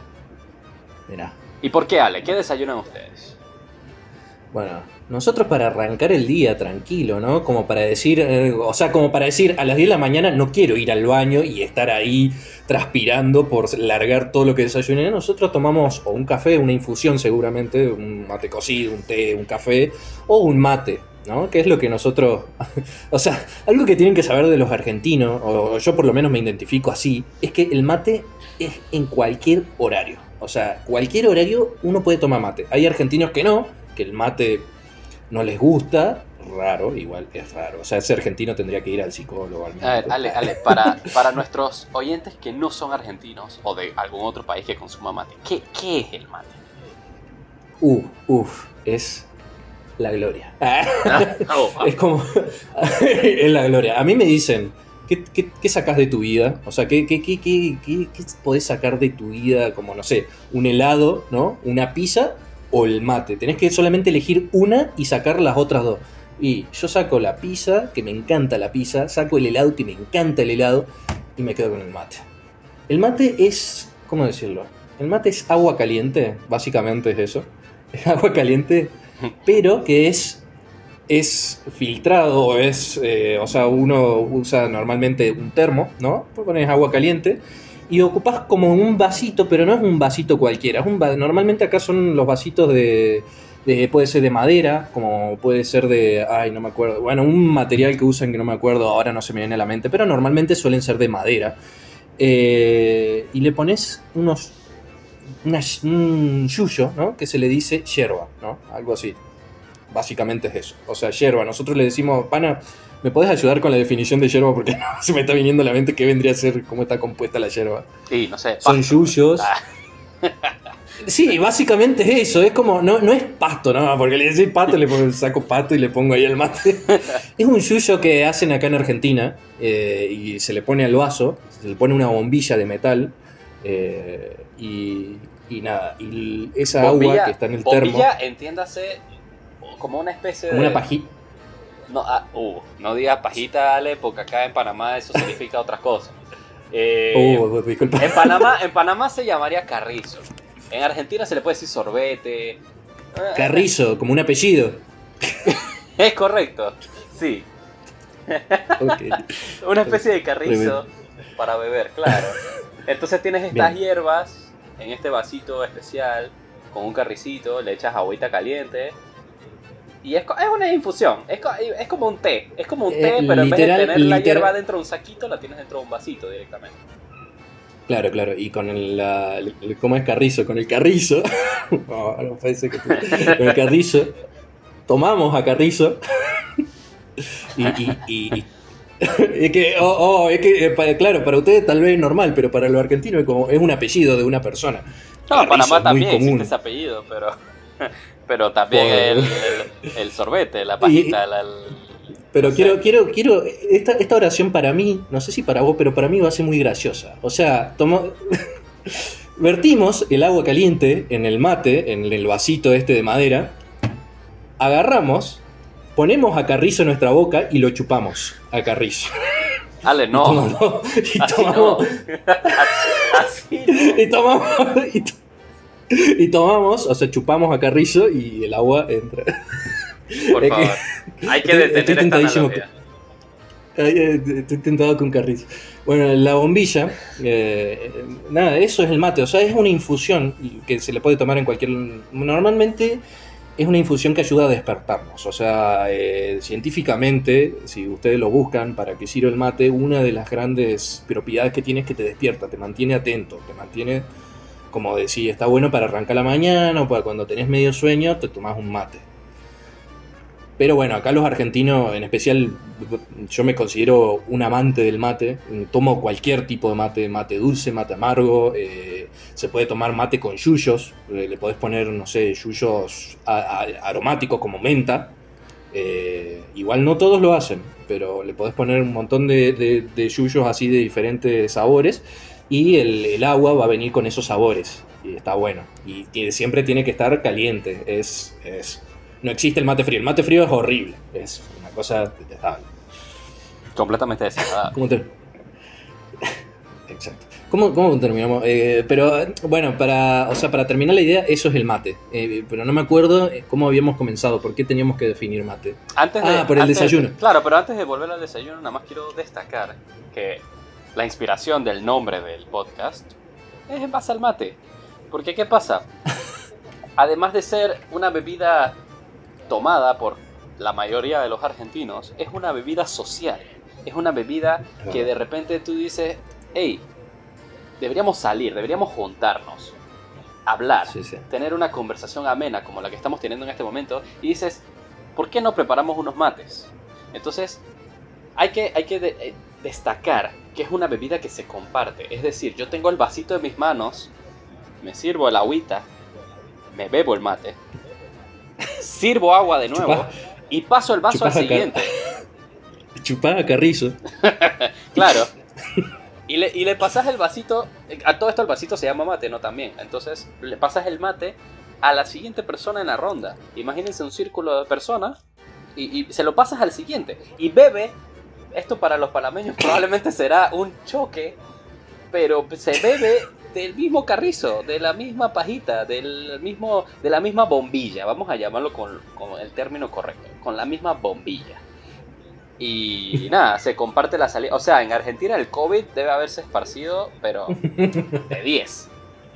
mira, ¿Y por qué, Ale? ¿Qué desayunan ustedes? bueno, nosotros para arrancar el día tranquilo, ¿no? Como para decir, eh, o sea, como para decir, a las diez de la mañana no quiero ir al baño y estar ahí transpirando por largar todo lo que desayuné. Nosotros tomamos o un café, una infusión seguramente, un mate cocido, un té, un café, o un mate, ¿no? Que es lo que nosotros... O sea, algo que tienen que saber de los argentinos, o yo por lo menos me identifico así, es que el mate es en cualquier horario. O sea, cualquier horario uno puede tomar mate. Hay argentinos que no, que el mate no les gusta, raro, igual es raro. O sea, ese argentino tendría que ir al psicólogo al A ver, médico. Ale, Ale, para, para nuestros oyentes que no son argentinos o de algún otro país que consuma mate, ¿qué, qué es el mate? Uf, uf, es la gloria. Oh, ah. Es como. Es la gloria. A mí me dicen, ¿qué, qué, qué sacás de tu vida? O sea, ¿qué, qué, qué, qué, qué, qué podés sacar de tu vida? Como, no sé, un helado, ¿no? Una pizza o el mate. Tenés que solamente elegir una y sacar las otras dos. Y yo saco la pizza, que me encanta la pizza, saco el helado, que me encanta el helado, y me quedo con el mate. El mate es. ¿Cómo decirlo? El mate es agua caliente, básicamente es eso. Es agua caliente, pero que es, es filtrado, es, eh, o sea, uno usa normalmente un termo, ¿no? Pues pones agua caliente y ocupas como un vasito, pero no es un vasito cualquiera. Es un va- normalmente acá son los vasitos de, de- puede ser de madera, como puede ser de, ay, no me acuerdo. Bueno, un material que usan que no me acuerdo, ahora no se me viene a la mente, pero normalmente suelen ser de madera. Eh, y le pones unos una, un yuyo, ¿no? Que se le dice yerba, ¿no? Algo así. Básicamente es eso. O sea, yerba. Nosotros le decimos, pana, ¿me podés ayudar con la definición de yerba? Porque no se me está viniendo a la mente qué vendría a ser, cómo está compuesta la yerba. Sí, no sé, Son pasto. yuyos. Ah, Sí, básicamente es eso. Es como, no, no es pasto, ¿no? Porque le decís pasto, le pongo, saco pasto y le pongo ahí el mate. Es un yuyo que hacen acá en Argentina eh, y se le pone al vaso, se le pone una bombilla de metal eh, y, y nada, y esa agua que bombilla, está en el bombilla, termo, entiéndase como una especie como de... una pajita. No, ah, uh, no digas pajita, Ale, porque acá en Panamá eso significa otras cosas. Eh, Oh, disculpa. en, Panamá, en Panamá se llamaría carrizo. En Argentina se le puede decir sorbete. Eh, Carrizo, como un apellido. Es correcto, sí. Okay. Una especie de carrizo Tremendo. para beber, claro. Entonces tienes estas Bien. hierbas en este vasito especial con un carricito, le echas agüita caliente y es, co- es una infusión, es, co- es como un té, es como un Eh, té, pero en vez de literal, tener la literal- hierba dentro de un saquito, la tienes dentro de un vasito directamente. Claro, claro, y con el, la, el- ¿cómo es carrizo? Con el carrizo, no, no puede ser que tú- con el carrizo, tomamos a carrizo y, y, y- y- es que, oh, oh, es que, eh, para- claro, para ustedes tal vez es normal, pero para los argentinos es como, es un apellido de una persona. No, en Carrizo Panamá es muy también existe común. ese apellido, pero, pero también el, Por- el, el sorbete, la Y- pajita, la, el- Pero no quiero, sé. quiero, quiero, esta, esta oración para mí, no sé si para vos, pero para mí va a ser muy graciosa. O sea, tomo, vertimos el agua caliente en el mate, en el vasito este de madera, agarramos, ponemos a Carrizo en nuestra boca y lo chupamos a Carrizo. Ale, Y no, tomamos, y así tomamos, no, así no. y tomamos, y, to- y tomamos, o sea, chupamos a Carrizo y el agua entra. Por Es que favor, hay que estoy- detener estoy esta tentadísimo analogía. Ay, eh, estoy tentado con carrizo. Bueno, la bombilla, eh, nada, eso es el mate. O sea, es una infusión que se le puede tomar en cualquier... Normalmente es una infusión que ayuda a despertarnos. O sea, eh, científicamente, si ustedes lo buscan para qué sirve el mate, una de las grandes propiedades que tiene es que te despierta, te mantiene atento, te mantiene, como decía, está bueno para arrancar la mañana o para cuando tenés medio sueño, te tomás un mate. Pero bueno, acá los argentinos, en especial, yo me considero un amante del mate. Tomo cualquier tipo de mate, mate dulce, mate amargo. Eh, se puede tomar mate con yuyos. Eh, le podés poner, no sé, yuyos a- a- aromáticos como menta. Eh, igual no todos lo hacen, pero le podés poner un montón de, de, de yuyos así de diferentes sabores y el, el agua va a venir con esos sabores y está bueno. Y tiene, siempre tiene que estar caliente, es, es, no existe el mate frío, el mate frío es horrible, es una cosa detestable. Completamente desagradable. ¿Cómo te... Exacto. ¿Cómo, cómo terminamos? Eh, pero bueno, para, o sea, para terminar la idea, eso es el mate. Eh, pero no me acuerdo cómo habíamos comenzado, por qué teníamos que definir mate. Antes de, ah, por el antes, desayuno. Claro, pero antes de volver al desayuno, nada más quiero destacar que la inspiración del nombre del podcast es en base al mate. Porque, ¿qué pasa? Además de ser una bebida tomada por la mayoría de los argentinos, es una bebida social. Es una bebida que de repente tú dices, hey, deberíamos salir, deberíamos juntarnos, hablar, sí, sí. tener una conversación amena como la que estamos teniendo en este momento, y dices, ¿por qué no preparamos unos mates? Entonces, hay que, hay que de, eh, destacar que es una bebida que se comparte. Es decir, yo tengo el vasito en mis manos, me sirvo el agüita, me bebo el mate, sirvo agua de nuevo Chupá. y paso el vaso Chupá al siguiente. Chupá a Carrizo. Claro. Y le, y le pasas el vasito, a todo esto el vasito se llama mate, ¿no? También. Entonces le pasas el mate a la siguiente persona en la ronda. Imagínense un círculo de personas y, y se lo pasas al siguiente. Y bebe, esto para los panameños probablemente será un choque, pero se bebe del mismo carrizo, de la misma pajita, del mismo, de la misma bombilla. Vamos a llamarlo con, con el término correcto, con la misma bombilla. Y nada, se comparte la salida. O sea, en Argentina el COVID debe haberse esparcido, pero de diez.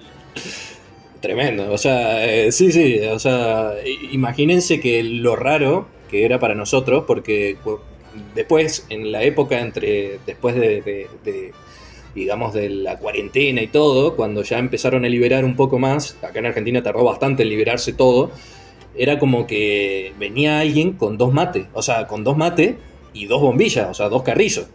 Tremendo, o sea, eh, sí, sí, o sea, imagínense que lo raro que era para nosotros, porque después, en la época entre, después de, de, de, digamos, de la cuarentena y todo, cuando ya empezaron a liberar un poco más, acá en Argentina tardó bastante en liberarse todo, era como que venía alguien con dos mates, o sea, con dos mates y dos bombillas, o sea, dos carrizos.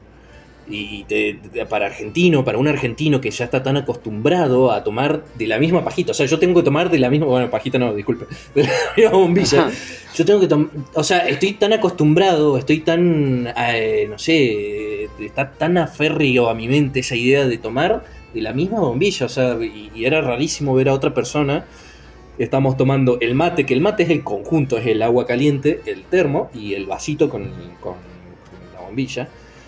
Y te, te, para argentino, para un argentino que ya está tan acostumbrado a tomar de la misma pajita, o sea, yo tengo que tomar de la misma, bueno, pajita no, disculpe, de la misma bombilla, yo tengo que tomar, o sea, estoy tan acostumbrado, estoy tan, eh, no sé, está tan aférreo a mi mente esa idea de tomar de la misma bombilla, o sea, y, y era rarísimo ver a otra persona. Estamos tomando el mate, que el mate es el conjunto, es el agua caliente, el termo y el vasito con, con, con la bombilla.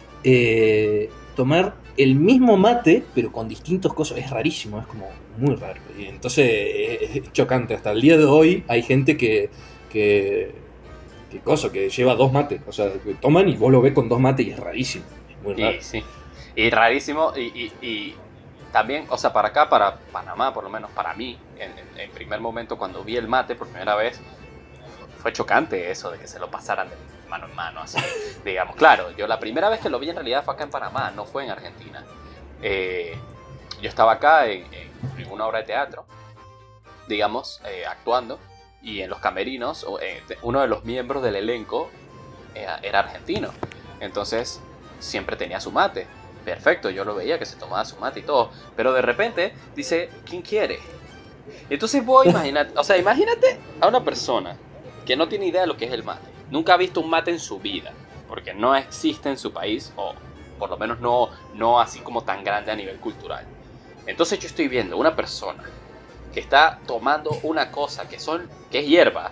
Eh, tomar el mismo mate, pero con distintas cosas, es rarísimo, es como muy raro. Y entonces es, es chocante. Hasta el día de hoy hay gente que, que, que, cosa, que lleva dos mates. O sea, que toman y vos lo ves con dos mates y es rarísimo. Es muy raro. Y, sí. Y rarísimo. Y, y, y también, o sea, para acá, para Panamá, por lo menos para mí, en, en, en primer momento, cuando vi el mate por primera vez, fue chocante eso de que se lo pasaran de mano en mano, así, digamos. Claro, yo la primera vez que lo vi en realidad fue acá en Panamá, no fue en Argentina. Eh, yo estaba acá en, en, en una obra de teatro, digamos, eh, actuando, y en los camerinos, eh, uno de los miembros del elenco era, era argentino. Entonces, siempre tenía su mate. Perfecto, yo lo veía que se tomaba su mate y todo. Pero de repente dice, ¿quién quiere? Entonces vos imagínate, o sea, imagínate a una persona que no tiene idea de lo que es el mate. Nunca ha visto un mate en su vida, porque no existe en su país, o por lo menos no, no así como tan grande a nivel cultural. Entonces yo estoy viendo una persona que está tomando una cosa que, son, que es hierba.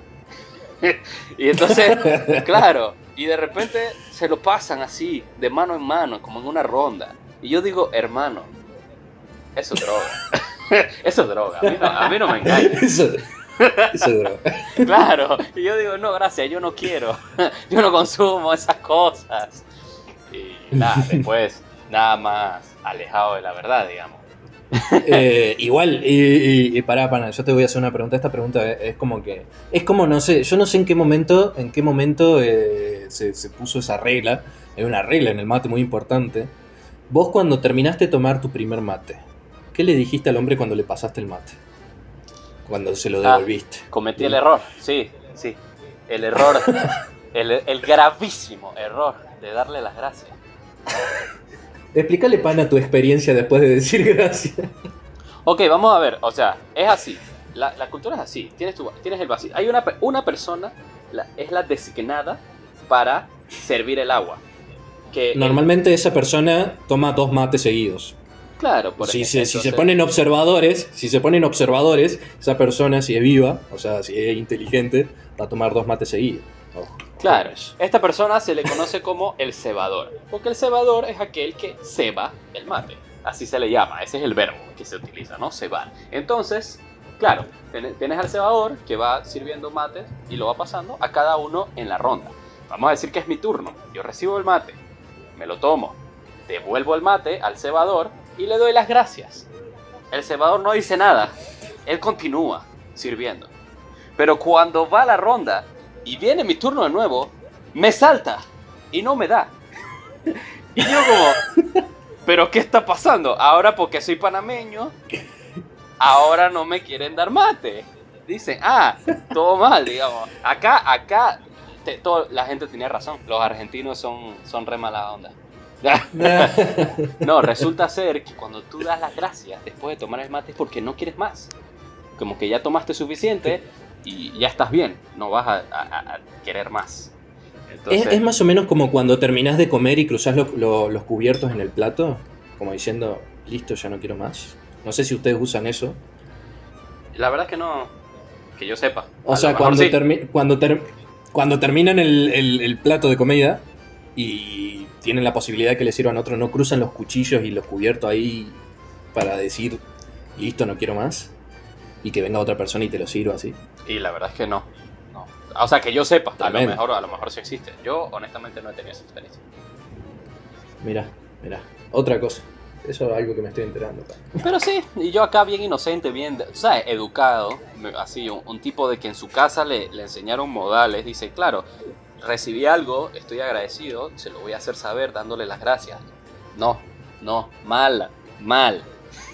Y entonces, claro, y de repente se lo pasan así, de mano en mano, como en una ronda. Y yo digo, hermano, eso es droga. Eso es droga, a mí no, a mí no me engañes. Eso, eso es droga. Claro, y yo digo, no, gracias, yo no quiero. Yo no consumo esas cosas. Y nada, después, nada más alejado de la verdad, digamos. Eh, igual, y, y, y pará, pana, yo te voy a hacer una pregunta. Esta pregunta es, es como que, es como, no sé, yo no sé en qué momento, en qué momento eh, se, se puso esa regla. Hay una regla en el mate muy importante. Vos cuando terminaste de tomar tu primer mate, ¿qué le dijiste al hombre cuando le pasaste el mate? Cuando se lo devolviste. Ah, cometí el error, sí, sí. El error, el, el gravísimo error de darle las gracias. Explícale, pana, tu experiencia después de decir gracias. Ok, vamos a ver, o sea, es así. La, la cultura es así. Tienes, tu, tienes el vasito. Hay una, una persona, la, es la designada para servir el agua. que normalmente el... esa persona toma dos mates seguidos. Claro, por si, ejemplo, se, entonces... si se ponen observadores, si se ponen observadores, esa persona, si es viva, o sea, si es inteligente, va a tomar dos mates seguidos. Oh, claro, esta persona se le conoce como el cebador, porque el cebador es aquel que ceba el mate, así se le llama, ese es el verbo que se utiliza, ¿no? Cebar. Entonces, claro, tienes al cebador que va sirviendo mates y lo va pasando a cada uno en la ronda. Vamos a decir que es mi turno, yo recibo el mate, me lo tomo, devuelvo el mate al cebador y le doy las gracias. El cebador no dice nada, él continúa sirviendo. Pero cuando va a la ronda y viene mi turno de nuevo, me salta y no me da. Y yo como, ¿pero qué está pasando? Ahora porque soy panameño, ahora no me quieren dar mate. Dicen, ah, todo mal, digamos. Acá, acá, te, todo, la gente tenía razón. Los argentinos son, son re mala onda. No, resulta ser que cuando tú das las gracias después de tomar el mate es porque no quieres más. Como que ya tomaste suficiente y ya estás bien, no vas a, a, a querer más. Entonces... ¿Es, es más o menos como cuando terminás de comer y cruzás lo, lo, los cubiertos en el plato, como diciendo, listo, ya no quiero más. No sé si ustedes usan eso. La verdad es que no, que yo sepa. O sea, cuando, sí. termi cuando, ter cuando terminan el, el, el plato de comida y tienen la posibilidad de que les sirvan otro, ¿no cruzan los cuchillos y los cubiertos ahí para decir, listo, no quiero más? Y que venga otra persona y te lo sirva así. Y la verdad es que no. no. O sea, que yo sepa, a lo, mejor, a lo mejor sí existe. Yo, honestamente, no he tenido esa experiencia. Mira, mira. Otra cosa. Eso es algo que me estoy enterando. Pero sí, y yo acá bien inocente, bien, ¿sabes? Educado. Así, un, un tipo de que en su casa le, le enseñaron modales. Dice, claro, recibí algo, estoy agradecido, se lo voy a hacer saber dándole las gracias. No, no, mal, mal.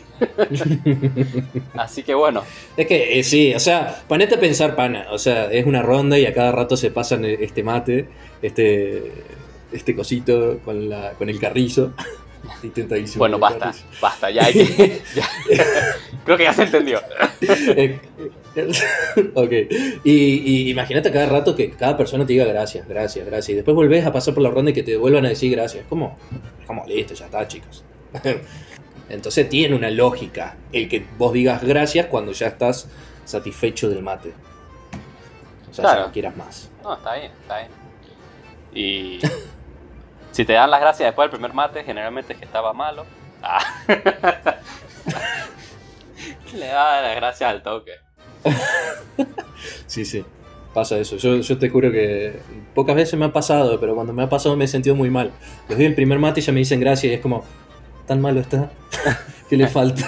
Así que bueno. Es que eh, sí, o sea, ponete a pensar, pana. O sea, es una ronda y a cada rato se pasan este mate, este este cosito con, la, con el carrizo. Bueno, basta, carrizo. basta, ya hay que... ya. Creo que ya se entendió. Ok, y, y imagínate a cada rato que cada persona te diga gracias, gracias, gracias. Y después volvés a pasar por la ronda y que te vuelvan a decir gracias. ¿Cómo? Como listo, ya está, chicos. Entonces tiene una lógica el que vos digas gracias cuando ya estás satisfecho del mate. O sea, claro. Ya no quieras más. No, está bien, está bien. Y si te dan las gracias después del primer mate, generalmente es que estaba malo. Ah. Le da las gracias al toque. Sí, sí, pasa eso. Yo, yo te juro que pocas veces me ha pasado, pero cuando me ha pasado me he sentido muy mal. Les doy el primer mate y ya me dicen gracias y es como... ¿Tan malo está? ¿Qué le falta?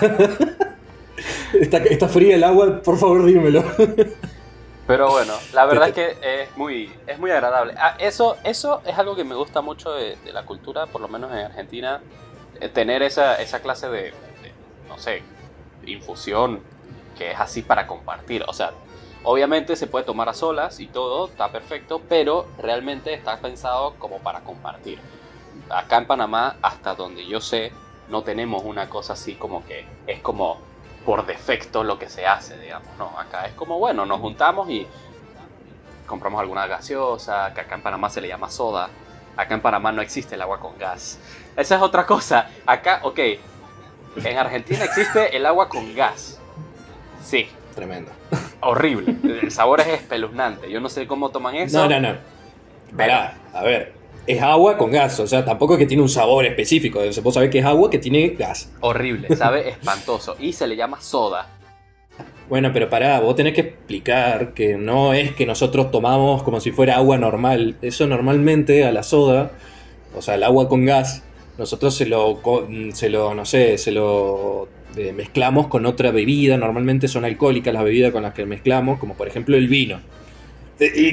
¿Está, está fría el agua? Por favor, dímelo. Pero bueno, la verdad es que es muy, es muy agradable. Ah, eso, eso es algo que me gusta mucho de, de la cultura, por lo menos en Argentina, tener esa, esa clase de, de, no sé, infusión que es así para compartir. O sea, obviamente se puede tomar a solas y todo, está perfecto, pero realmente está pensado como para compartir. Acá en Panamá, hasta donde yo sé, no tenemos una cosa así como que es como por defecto lo que se hace, digamos. No, acá es como, bueno, nos juntamos y compramos alguna gaseosa, que acá en Panamá se le llama soda. Acá en Panamá no existe el agua con gas. Esa es otra cosa. Acá, ok, en Argentina existe el agua con gas. Sí. Tremendo. Horrible. El sabor es espeluznante. Yo no sé cómo toman eso. No, no, no. Pará, a ver. Es agua con gas, o sea, tampoco es que tiene un sabor específico. Vos sabés que es agua que tiene gas. Horrible, sabe espantoso. Y se le llama soda. Bueno, pero pará, vos tenés que explicar que no es que nosotros tomamos como si fuera agua normal. Eso normalmente a la soda, o sea, el agua con gas, nosotros se lo, se lo no sé, se lo eh, mezclamos con otra bebida. Normalmente son alcohólicas las bebidas con las que mezclamos, como por ejemplo el vino. Y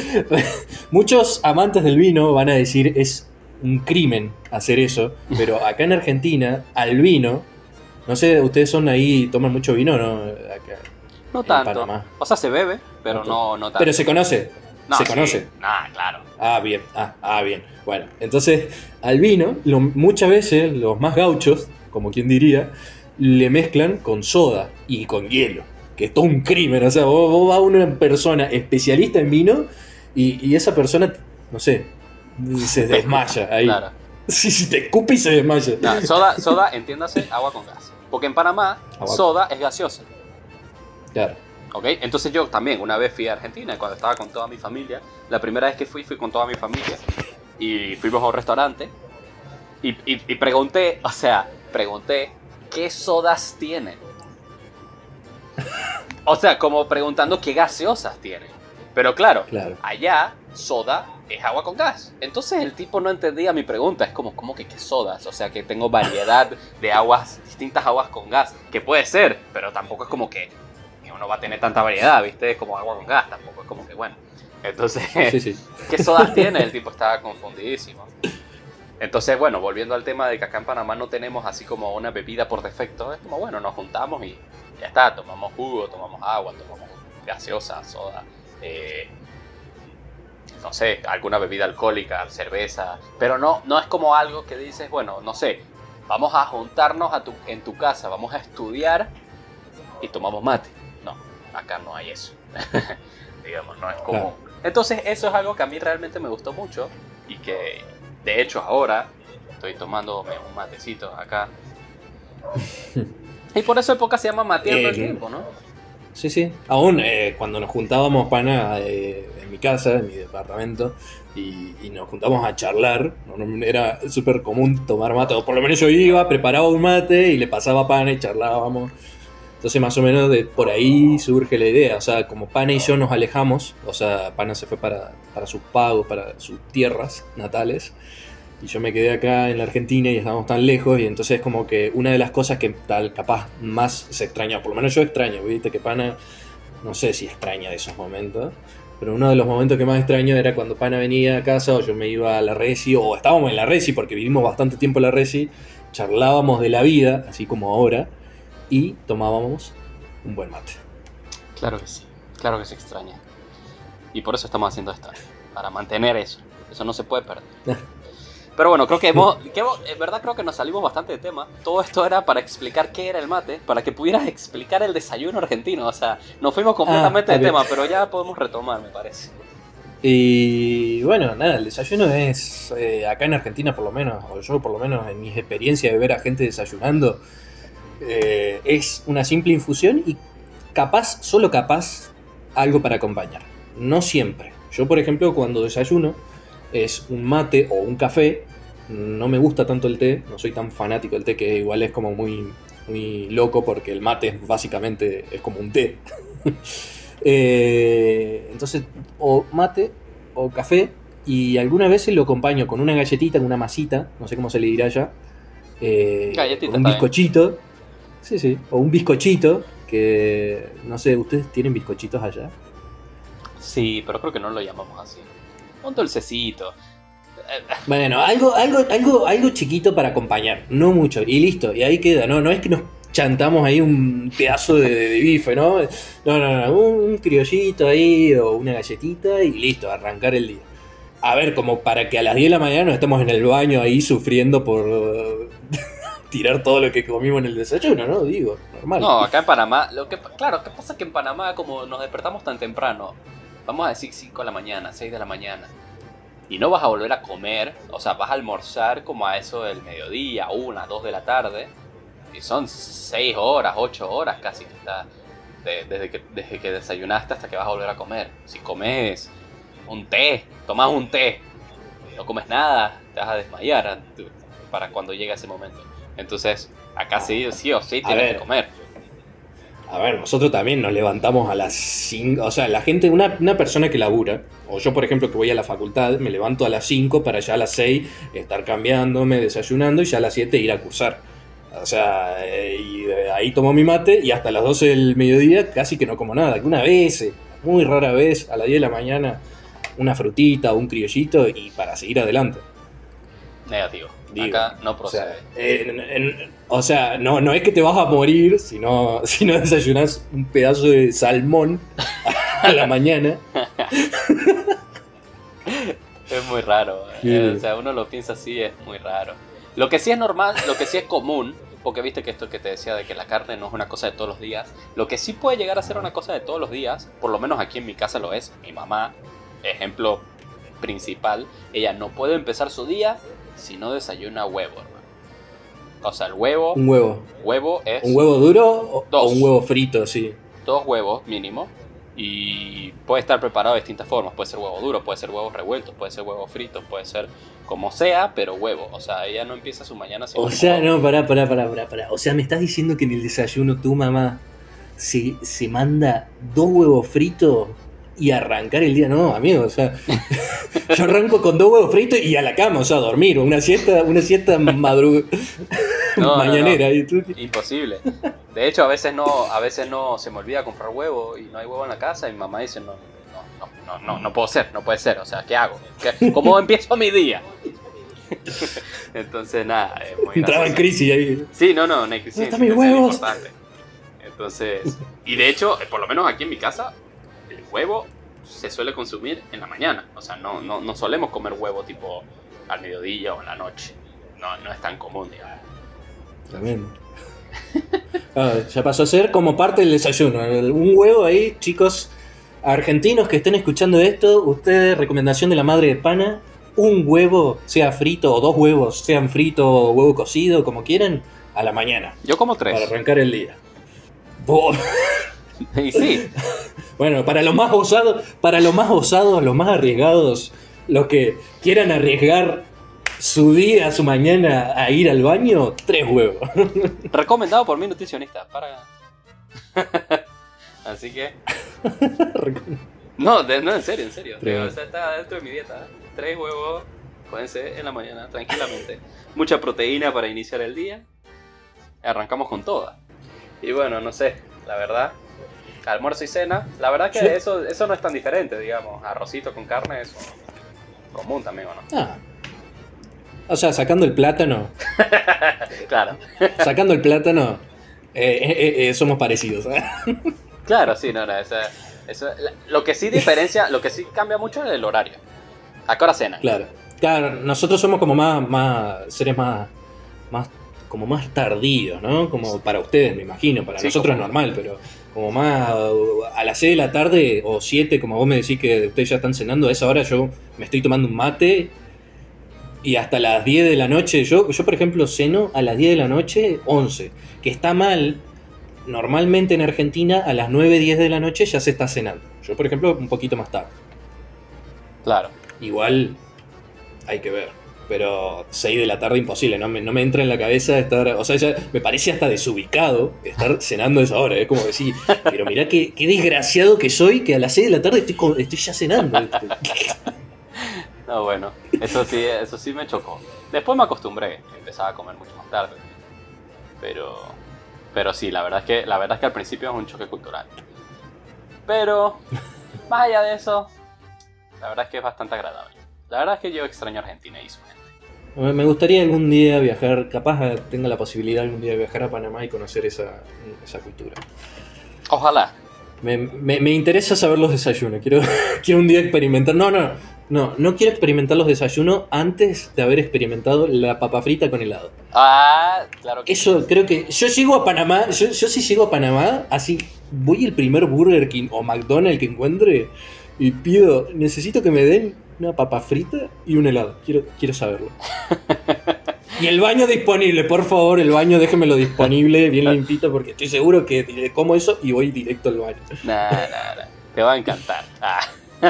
muchos amantes del vino van a decir es un crimen hacer eso, pero acá en Argentina al vino, no sé, ustedes son ahí, toman mucho vino, ¿no? Acá, no tanto. Panamá. O sea, se bebe, pero no, no tanto. Pero se conoce. No, se sí. conoce. Ah, claro. Ah, bien. Ah, ah, bien. Bueno, entonces al vino, lo, muchas veces los más gauchos, como quien diría, le mezclan con soda y con hielo. Que es todo un crimen, o sea, vos, vos vas a una persona especialista en vino y, y esa persona, no sé, se desmaya ahí. Claro. Sí, sí, te escupe y se desmaya. No, soda, soda, entiéndase, agua con gas. Porque en Panamá, Agua. soda es gaseosa. Claro. ¿Ok? Entonces yo también una vez fui a Argentina cuando estaba con toda mi familia. La primera vez que fui, fui con toda mi familia. Y fuimos a un restaurante. Y, y, y pregunté, o sea, pregunté, ¿qué sodas tienen? O sea, como preguntando qué gaseosas tienen. Pero claro, Claro. allá soda es agua con gas. Entonces el tipo no entendía mi pregunta. Es como, ¿cómo que qué sodas? O sea, que tengo variedad de aguas, distintas aguas con gas. Que puede ser, pero tampoco es como que uno va a tener tanta variedad, ¿viste? Es como agua con gas, tampoco es como que bueno. Entonces, Sí, sí. ¿qué sodas tiene? El tipo estaba confundidísimo. Entonces, bueno, volviendo al tema de que acá en Panamá no tenemos así como una bebida por defecto, es como, bueno, nos juntamos y ya está, tomamos jugo, tomamos agua, tomamos gaseosa, soda, eh, no sé, alguna bebida alcohólica, cerveza, pero no, no es como algo que dices, bueno, no sé, vamos a juntarnos a tu, en tu casa, vamos a estudiar y tomamos mate. No, acá no hay eso. Digamos, no es común. Claro. Entonces eso es algo que a mí realmente me gustó mucho y que de hecho ahora estoy tomándome un matecito acá. Y por eso época se llama mateando eh, el tiempo, ¿no? Sí, sí. Aún eh, cuando nos juntábamos, pana, eh, en mi casa, en mi departamento, y, y nos juntábamos a charlar, no, era súper común tomar mate, o por lo menos yo iba, preparaba un mate y le pasaba pana y charlábamos. Entonces más o menos de por ahí surge la idea, o sea, como Pana y yo nos alejamos, o sea, Pana se fue para, para sus pagos, para sus tierras natales, y yo me quedé acá en la Argentina y estábamos tan lejos, y entonces como que una de las cosas que tal capaz más se extraña, por lo menos yo extraño, viste que Pana, no sé si extraña de esos momentos, pero uno de los momentos que más extraño era cuando Pana venía a casa o yo me iba a la Resi, o estábamos en la Resi porque vivimos bastante tiempo en la Resi, charlábamos de la vida, así como ahora, y tomábamos un buen mate. Claro que sí, claro que se extraña. Y por eso estamos haciendo esto, para mantener eso. Eso no se puede perder. Pero bueno, creo que hemos, que hemos, en verdad creo que nos salimos bastante de tema. Todo esto era para explicar qué era el mate, para que pudieras explicar el desayuno argentino. O sea, nos fuimos completamente ah, de tema, pero ya podemos retomar, me parece. Y bueno, nada, el desayuno es, eh, acá en Argentina por lo menos, o yo por lo menos en mis experiencias de ver a gente desayunando, Eh, es una simple infusión y capaz, solo capaz, algo para acompañar. No siempre. Yo, por ejemplo, cuando desayuno es un mate o un café. No me gusta tanto el té, no soy tan fanático del té, que igual es como muy, muy loco porque el mate básicamente es como un té. eh, entonces, o mate o café, y algunas veces lo acompaño con una galletita, con una masita, no sé cómo se le dirá ya, eh, con un bizcochito. Sí, sí. O un bizcochito, que no sé, ¿ustedes tienen bizcochitos allá? Sí, pero creo que no lo llamamos así. Un dulcecito. Bueno, algo, algo, algo, algo chiquito para acompañar, no mucho, y listo, y ahí queda, no, no es que nos chantamos ahí un pedazo de, de, de bife, ¿no? No, no, no, un, un criollito ahí o una galletita y listo, arrancar el día. A ver, como para que a las diez de la mañana no estemos en el baño ahí sufriendo por uh, tirar todo lo que comimos en el desayuno, ¿no? Digo, normal. No, acá en Panamá, lo que, claro, ¿qué pasa? Que en Panamá, como nos despertamos tan temprano, vamos a decir cinco de la mañana, seis de la mañana, y no vas a volver a comer, o sea, vas a almorzar como a eso del mediodía, una, dos de la tarde, y son seis horas, ocho horas casi que está, de, desde, que, desde que desayunaste hasta que vas a volver a comer. Si comes un té, tomas un té, no comes nada, te vas a desmayar para cuando llegue ese momento. Entonces, acá sí, sí o sí tienes que comer. A ver, nosotros también nos levantamos a las cinco, o sea, la gente, una, una persona que labura, o yo por ejemplo que voy a la facultad, me levanto a las cinco para ya a las seis estar cambiándome, desayunando y ya a las siete ir a cursar. O sea, eh, y ahí tomo mi mate y hasta las doce del mediodía casi que no como nada. Que una vez, muy rara vez, a las diez de la mañana, una frutita o un criollito y para seguir adelante. Negativo. Digo, acá no procede. O sea, en, en, o sea no, no es que te vas a morir si no, si no desayunas un pedazo de salmón a la mañana. Es muy raro. Sí. Eh, o sea, uno lo piensa así, es muy raro. Lo que sí es normal, lo que sí es común, porque viste que esto que te decía de que la carne no es una cosa de todos los días, lo que sí puede llegar a ser una cosa de todos los días, por lo menos aquí en mi casa lo es, mi mamá, ejemplo principal, ella no puede empezar su día si no desayuna huevo, hermano. O sea, el huevo... Un huevo. Huevo es... ¿Un huevo duro o, dos. o un huevo frito, sí? Dos huevos mínimo. Y puede estar preparado de distintas formas. Puede ser huevo duro, puede ser huevos revueltos, puede ser huevos fritos, puede ser como sea, pero huevo. O sea, ella no empieza su mañana sin O sea, huevo. no, pará, pará, pará, pará, pará. O sea, me estás diciendo que en el desayuno tu mamá se, se manda dos huevos fritos y arrancar el día. No, amigo, o sea, yo arranco con dos huevos fritos y a la cama, o sea, a dormir. Una siesta, una siesta madrug... No, mañanera. no, no. ¿Y tú? Imposible. De hecho, a veces no, a veces no se me olvida comprar huevo y no hay huevo en la casa y mi mamá dice, no, no, no, no, no, no puedo ser, no puede ser. O sea, ¿qué hago? ¿Qué, ¿Cómo empiezo mi día? Entonces, nada, es muy Entraba en gracioso. crisis ahí. Sí, no, no, una crisis ¿Dónde están de mis existencia huevos? importante. Entonces, y de hecho, por lo menos aquí en mi casa, el huevo se suele consumir en la mañana. O sea, no, no, no solemos comer huevo tipo al mediodía o en la noche. No, no es tan común, digamos. También. Ah, ya pasó a ser como parte del desayuno. Un huevo ahí, chicos argentinos que estén escuchando esto. Ustedes, recomendación de la madre de pana: un huevo, sea frito, o dos huevos, sean frito o huevo cocido, como quieran, a la mañana. Yo como tres. Para arrancar el día. Bo- Y sí, Bueno, para los más osados, para los más osados, los más arriesgados, los que quieran arriesgar su día, su mañana a ir al baño, tres huevos. recomendado por mi nutricionista. Para. Así que. No, de- no, en serio, en serio. Tres. O sea, está dentro de mi dieta. Tres huevos, pueden ser en la mañana, tranquilamente. Mucha proteína para iniciar el día. Arrancamos con toda. Y bueno, no sé, la verdad. Almuerzo y cena. La verdad que Sí. eso, eso no es tan diferente, digamos. Arrocito con carne es común también, ¿o no? Ah. O sea, sacando el plátano, Claro. sacando el plátano, eh, eh, eh, somos parecidos. ¿eh? Claro, sí, no, no. Eso, eso, la- lo que sí diferencia, lo que sí cambia mucho es el horario. ¿A qué hora cena? Claro. Claro, nosotros somos como más, más seres más, más, como más tardíos, ¿no? Como para ustedes, me imagino. Para Sí, nosotros como- es normal, pero como más uh, a las seis de la tarde o siete, como vos me decís que ustedes ya están cenando, a esa hora yo me estoy tomando un mate. Y hasta las diez de la noche, yo, yo por ejemplo ceno a las diez de la noche, once, que está mal. Normalmente en Argentina a las nueve, diez de la noche ya se está cenando. Yo por ejemplo un poquito más tarde. Claro. Igual hay que ver. Pero seis de la tarde imposible, no me, no me entra en la cabeza estar... O sea, ya me parece hasta desubicado estar cenando a esa hora. Es como decir, pero mirá qué, qué desgraciado que soy que a las seis de la tarde estoy, co- estoy ya cenando. No, bueno, eso sí, eso sí me chocó. Después me acostumbré, empezaba a comer mucho más tarde. Pero, pero sí, la verdad es que, la verdad es que al principio es un choque cultural. Pero, más allá de eso, la verdad es que es bastante agradable. La verdad es que yo extraño Argentina y su gente. Me me gustaría algún día viajar, capaz eh, tenga la posibilidad algún día de viajar a Panamá y conocer esa, esa cultura. Ojalá. Me, me, me interesa saber los desayunos, quiero, quiero un día experimentar. No, no, no, no quiero experimentar los desayunos antes de haber experimentado la papa frita con helado. Ah, claro que Eso sí. creo que. Yo llego a Panamá, yo, yo sí llego a Panamá, así voy al primer Burger King o McDonald's que encuentre y pido, necesito que me den una papa frita y un helado. Quiero, quiero saberlo. Y el baño disponible, por favor, el baño déjemelo disponible, bien limpito, porque estoy seguro que diré, como eso y voy directo al baño. Nah, nah, nah. Te va a encantar. Ah.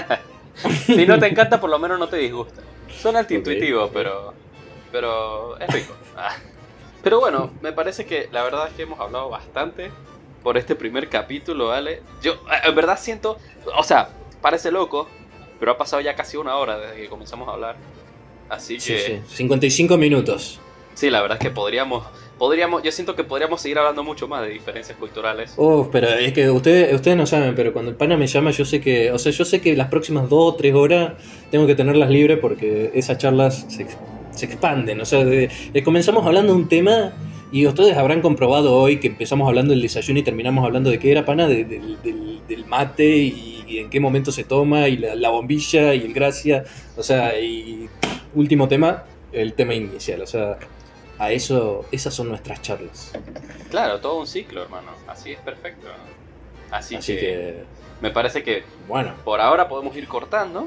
Si no te encanta, por lo menos no te disgusta. Suena antiintuitivo, Ok. pero, pero es rico. Ah. Pero bueno, me parece que la verdad es que hemos hablado bastante por este primer capítulo, ¿vale? Yo, eh, en verdad siento, o sea, parece loco, pero ha pasado ya casi una hora desde que comenzamos a hablar. Así que, Sí, sí, cincuenta y cinco minutos. sí, la verdad es que podríamos, podríamos, yo siento que podríamos seguir hablando mucho más de diferencias culturales. Uf, pero es que ustedes, ustedes no saben, pero cuando el pana me llama, yo sé que, o sea, yo sé que las próximas dos o tres horas tengo que tenerlas libres porque esas charlas se, ex- se expanden. O sea, de- de- comenzamos hablando de un tema y ustedes habrán comprobado hoy que empezamos hablando del desayuno y terminamos hablando de qué era pana, de- del, del- del mate y, y en qué momento se toma y la, la bombilla y el gracia. O sea, y último tema, el tema inicial. O sea, a eso, esas son nuestras charlas. Claro, todo un ciclo, hermano. Así es perfecto. Así, Así que, que, me parece que bueno. por ahora podemos ir cortando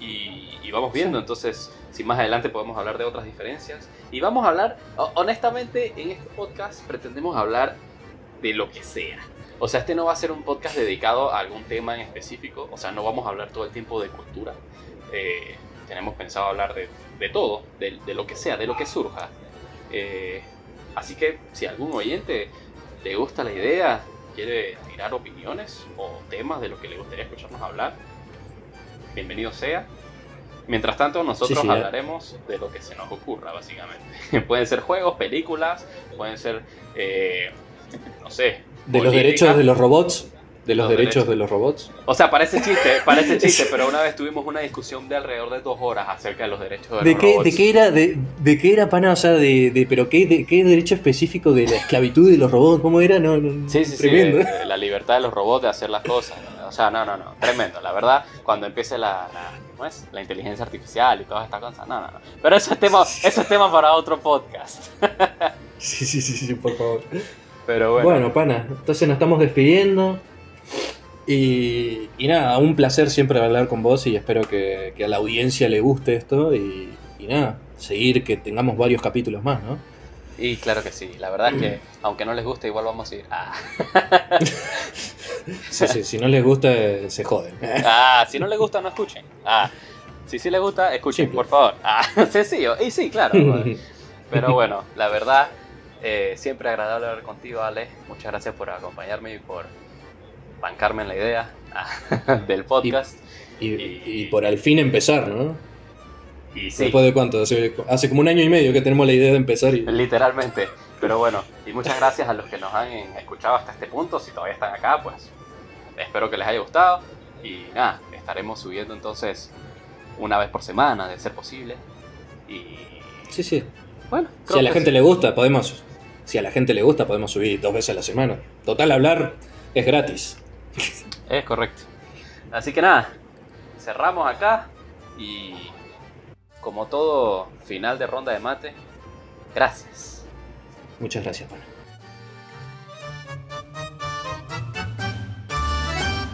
y, y vamos viendo. Entonces, si más adelante podemos hablar de otras diferencias. Y vamos a hablar, honestamente, en este podcast pretendemos hablar de lo que sea. O sea, este no va a ser un podcast dedicado a algún tema en específico. O sea, no vamos a hablar todo el tiempo de cultura. Eh, tenemos pensado hablar de, de todo, de, de lo que sea, de lo que surja. Eh, así que si algún oyente le gusta la idea, quiere tirar opiniones o temas de lo que le gustaría escucharnos hablar, bienvenido sea. Mientras tanto, nosotros sí, sí, hablaremos eh. de lo que se nos ocurra, básicamente. Pueden ser juegos, películas, pueden ser, eh, no sé... De política. Los derechos de los robots. De los, los derechos, derechos de los robots. O sea, parece chiste, parece chiste, pero una vez tuvimos una discusión de alrededor de dos horas acerca de los derechos de, ¿De los qué, robots. ¿De qué era, de, de qué era pana? O sea, de, de, pero qué, de, qué derecho específico de la esclavitud de los robots, ¿cómo era? No, no, sí, sí, tremendo. Sí, de, de la libertad de los robots de hacer las cosas. O sea, no, no, no, tremendo. La verdad, cuando empiece la, la, ¿cómo es? La inteligencia artificial y todas estas cosas, no, no, no. Pero eso es tema, eso es tema para otro podcast. Sí, sí, sí, sí, por favor. Pero bueno. Bueno, pana, entonces nos estamos despidiendo. Y, y nada, un placer siempre hablar con vos y espero que, que a la audiencia le guste esto y, y nada, seguir que tengamos varios capítulos más, ¿no? Y claro que sí, la verdad es que aunque no les guste igual vamos a ir. Ah. Sí, sí, si no les gusta se joden. Ah, si no les gusta no escuchen. Ah, si sí les gusta escuchen, simple. Por favor. Ah, sencillo, y sí, claro. Pero bueno, la verdad, eh, siempre agradable hablar contigo, Ale. Muchas gracias por acompañarme y por bancarme en la idea del podcast. Y, y, y, y por al fin empezar, ¿no? Y sí. ¿Después de cuánto? Hace, hace como un año y medio que tenemos la idea de empezar. Y... Literalmente. Pero bueno, y muchas gracias a los que nos han escuchado hasta este punto. Si todavía están acá, pues espero que les haya gustado. Y nada, estaremos subiendo entonces una vez por semana, de ser posible. Y... Sí, sí. Bueno, si a la gente sí. le gusta, podemos... Si a la gente le gusta, podemos subir dos veces a la semana. Total, hablar es gratis. Es correcto. Así que nada, cerramos acá y como todo final de ronda de mate, gracias. Muchas gracias, pana.